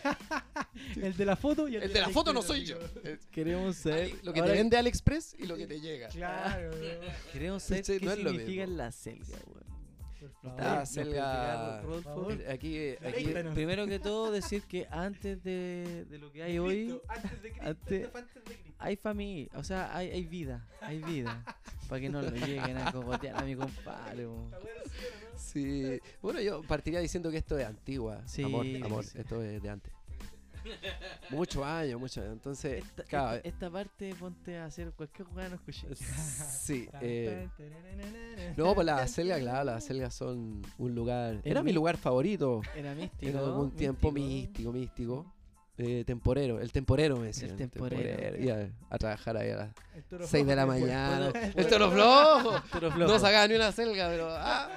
El de la foto y el, El de la foto no soy lectura, yo. amigo. Eh, Queremos saber, Lo que ahora te vende AliExpress y lo que te llega. Claro, queremos saber Sí, qué no es lo significa mismo. la selga, weón. por favor. Ah, ¿Nos selga- puede explicar, Rodolfo? Por favor. Eh, Aquí, aquí Deleítanos. Primero que todo, decir que antes de, de lo que hay hoy, Cristo, Antes de Cristo. antes- esto fue antes de Cristo. hay familia, o sea, hay, hay vida, hay vida. Para que no lo lleguen a cogotear a mi compadre, weón. ¿Está bueno, sí o no? sí. Bueno, yo partiría diciendo que esto es antigua. Sí, amor, amor. sí. Esto es de antes. Muchos años, muchos años. Entonces, Esta, claro, esta, esta parte ponte a hacer cualquier juego no escuché. sí. Tan, eh, tan, tarararara. no, pues las selgas, claro, las selgas son un lugar. Era mi lugar favorito. Era místico. En algún tiempo místico, místico. Eh, temporero, el temporero me decían. El temporero. Iba a trabajar ahí a las El toro seis de la flojo, mañana. puedo- El toro flojo. Toro flojo. No sacaba ni una selga, pero. Ah.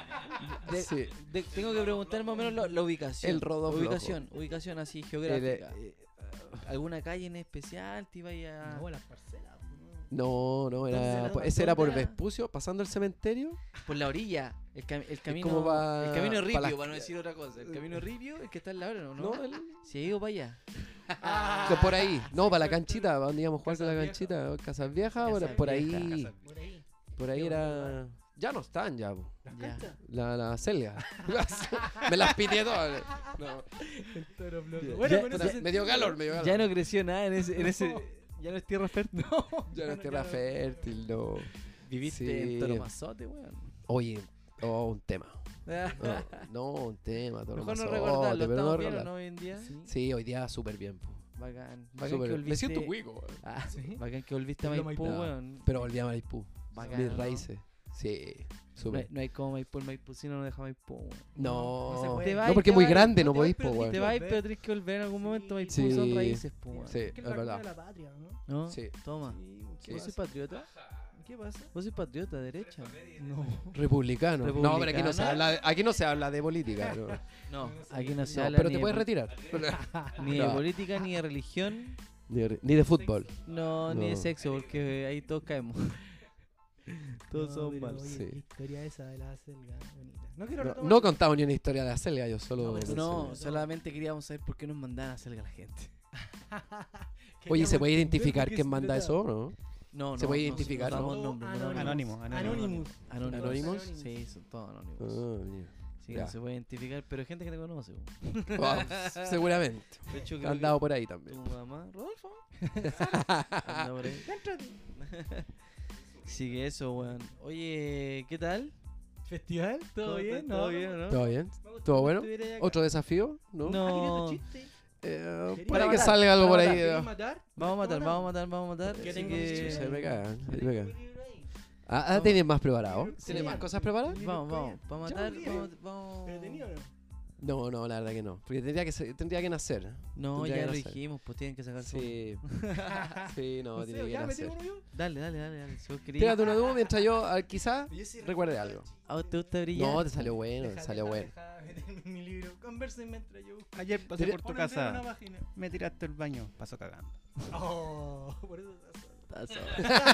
De- Sí. de- tengo que preguntar más o menos la, la ubicación. El rodo flojo. Ubicación, ubicación así El, geográfica. eh, ¿Alguna calle en especial te iba a...? No, las parcelas. no. no, no, ¿Dónde era. era? pues, ese era por ¿Dónde era? Vespucio, pasando el cementerio. Por la orilla. El, cam- el camino... como pa- el camino de pa Ripio, las- para no decir otra cosa. El camino de Ripio, el que está en la hora, ¿no? No, el- Se ha ido para allá. no, por ahí. No, para la canchita, para donde íbamos a jugar con la Casas canchita. Casas Viejas, por, Casas por Viejas, ahí. Por ahí. Por ahí Qué era. Ya no están, ya. po. Las Ya. canchas. La, la selga. Me las piteé todas. No. El toro flojo. Ya. Bueno, Ya- con ya- ese Me sentido- dio calor, me dio calor. Ya no creció nada en ese... En ese ya no es tierra fértil. No, Ya no es tierra fértil, no. Viviste Sí. en Toromazote, weón. Oye, oh, un tema. No, no, un tema. Todo Mejor no mazote, recordarlo, pero no ¿estamos bien o recordar. no hoy en día? Sí, hoy día súper bien. po. Bacán. Bacán Súper que bien. volviste... Me siento cuico, weón. Ah, ¿Sí? bacán que volviste a Es lo Maipú, Maipú. weón. Pero volví a Maipú. Bacán, Mis ¿no? raíces. Sí, No hay, súper. no hay como Maipú, el Maipú si no nos deja Maipú, weón. No, no se puede. Te no, vas, porque te es muy vas, grande, no no te podéis, vas, po, pero weón. Te vas, volver. pero tenés que volver en algún momento. Maipú Sí. son raíces, po, weón. Sí, Que es es la cuna verdad. de la patria, ¿no? ¿No? Sí. Toma. Sí, ¿qué ¿Vos sois pasa? patriota? ¿Qué pasa? ¿Vos sois patriota, derecha? No. Republicano. No, pero aquí no se Republicano. habla de, aquí no se habla de política. No, No, aquí no se No, habla pero ni, te de, puedes pol- retirar. ni de No. política, ni de religión, Ni de, ni de fútbol. no, ni de No. sexo, porque ahí todos caemos. Todos No, son pero, malos. oye, Sí. qué historia esa de la selga, bonita. No quiero No, retomar. no contamos ni una historia de la selga, yo solo. No, pero No, Sí, sí. solamente queríamos saber por qué nos mandaban a hacer a la gente. Oye, ¿se Queríamos puede entender identificar de qué quién se manda trataba. eso o no? No, ¿Se no, puede no, identificar, no, no? damos nombre, no damos nombre. Anónimo, anónimo. Anonymous. Anónimos. ¿Anónimos? Sí, son todos anónimos. Ah, mira. Sí, ya. no se puede identificar, pero hay gente que te conoce. po. Ah, seguramente. De hecho, creo Han que dado por ahí también. tu mamá, Rodolfo. Anda por ahí. Sí, que eso, weón. Oye, ¿qué tal? ¿Festival? ¿Todo ¿Cómo bien? estás? ¿No? ¿Todo bien o no? ¿Todo bien? Me gustaría ¿Todo que bueno? estuviera ahí acá. ¿Otro desafío? ¿No? No. Ah, ¿querías otro chiste? Eh, ¿Querías para que matar? salga algo por ¿Para ahí. matar? eh. ¿Querías matar? Vamos a matar, ¿Quieres vamos a matar, vamos a matar. Porque Así tengo que... mis Se me cagan, se me Tengo cagan. mi libro ahí. Ah, ah, Vamos. ¿tienes más preparado? Sí. ¿Tienes más cosas preparadas? Vamos, vamos. Para matar, Ya, vamos, vamos. ¿Pero tenía o no? No, no, la verdad que no. Porque tendría que, ser- tendría que nacer. No, Tendría ya que lo nacer. dijimos, pues tienen que sacar su. Sí. Sí, no, No tiene sé, que ya me nacer. tengo uno yo. Dale, dale, dale, dale. Si vos querés. Tírate una duda mientras yo, ah, quizás, Yo sí recuerde recuerdo algo. el chiste. ¿A vos te gusta brillar? No, te salió bueno, te Deja, salió deja, bueno. deja meterme en mi libro. Conversen mientras yo busco. Ayer pasé Tire- por tu Pon en una casa, página. me tiraste el baño, pasó cagando. Oh, por eso está solo.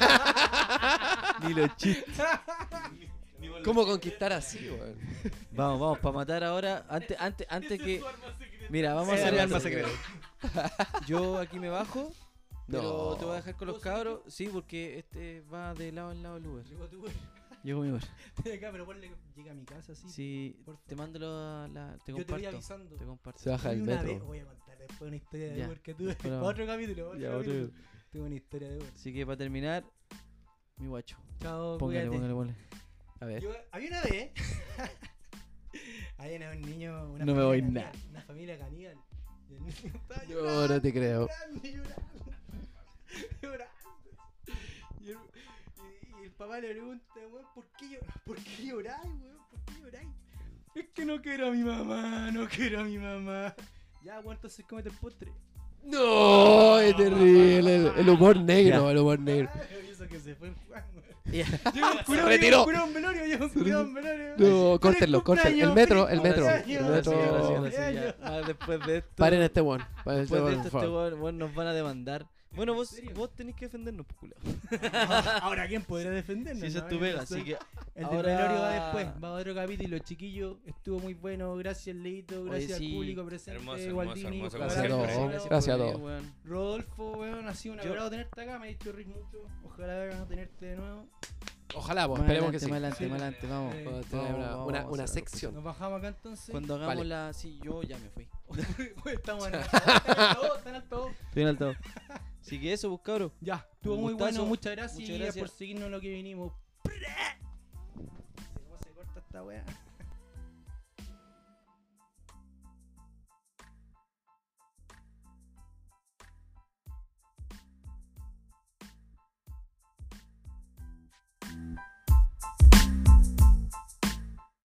Ni los chistes. ¿Cómo conquistar así, weón? Vamos, vamos, para matar ahora. Antes, antes, antes que. Mira, vamos a Ese hacer es mi algo. arma secreta. Yo aquí me bajo. Pero No. te voy a dejar con los cabros. Sí, porque este va de lado en lado el Uber. Llegó tu güey. Llegó mi Uber. Estoy acá, pero ponle que llega a mi casa así. Sí, por favor. te mando la. la- te Yo te voy comparto. avisando. Te comparto. Se baja Y del una vez, metro. voy a contar después una historia de Ya, Uber que tuve. después Para la- otro capítulo. Otro Ya, otro capítulo. capítulo. Tuve una historia de Uber. Así que para terminar, mi guacho. Chao, Póngale, cuídate. póngale, póngale. A ver. Yo, había una vez. Había un niño. Una No me familia voy caníbal, nada. Una familia caníbal. Y el niño estaba No, llorando, no te creo. Llorando, llorando. Llorando. Y el, y- y el papá le pregunta, weón, ¿por qué, llor- ¿por qué lloráis, weón? ¿Por qué lloráis? Es que no quiero a mi mamá, no quiero a mi mamá. Ya, weón, entonces cómete el postre. No, es terrible. El, el humor negro, el humor negro. Ah, y eso que se fue el Juan, weón. Ya. Llegó un curado, retiró. llegó un curado a un velorio, llegó un curado a un velorio. No, córtenlo, ¡Feliz córtenlo. El cumpleaños, metro, el feliz metro. El cumpleaños! Ahora sí, ahora sí, metro. ahora sí, ya. Ah, después de esto. Paren este one. Paren este Después de one, esto, por este favor. weón- weón nos van a demandar. Bueno, vos, serio? vos tenés que defendernos, pues, culo. Ahora, ¿quién podrá defendernos? Si esa es No, tu yo pega, no soy- así que. El ahora- del velorio va después, va a otro capítulo, chiquillos. Estuvo muy bueno, gracias Leito, gracias sí. al público presente, Hermoso, hermoso, Gualdini, hermoso. Gracias a ojalá- todos. ojalá- Gracias a por todos. venir, weón. Rodolfo, weón, ha sido un Yo- agrado tenerte acá, me ha hecho reír mucho. Ojalá vengan a tenerte de nuevo. Ojalá, pues, Más esperemos que adelante, sí. más adelante, Sí. más adelante, vamos. Eh, Vamos a tener Vamos, una, vamos, una, vamos a una hacer algo sección. Nos bajamos acá entonces. Cuando hagamos Vale. la. Sí, yo ya me fui. Estamos en altavoz, está en altavoz. Estoy en altavoz. Así que eso, pues, cabros. Ya, estuvo Un muy gustazo. bueno, muchas gracias, Muchas gracias. por seguirnos en lo que vinimos. ¿Cómo se corta esta weá?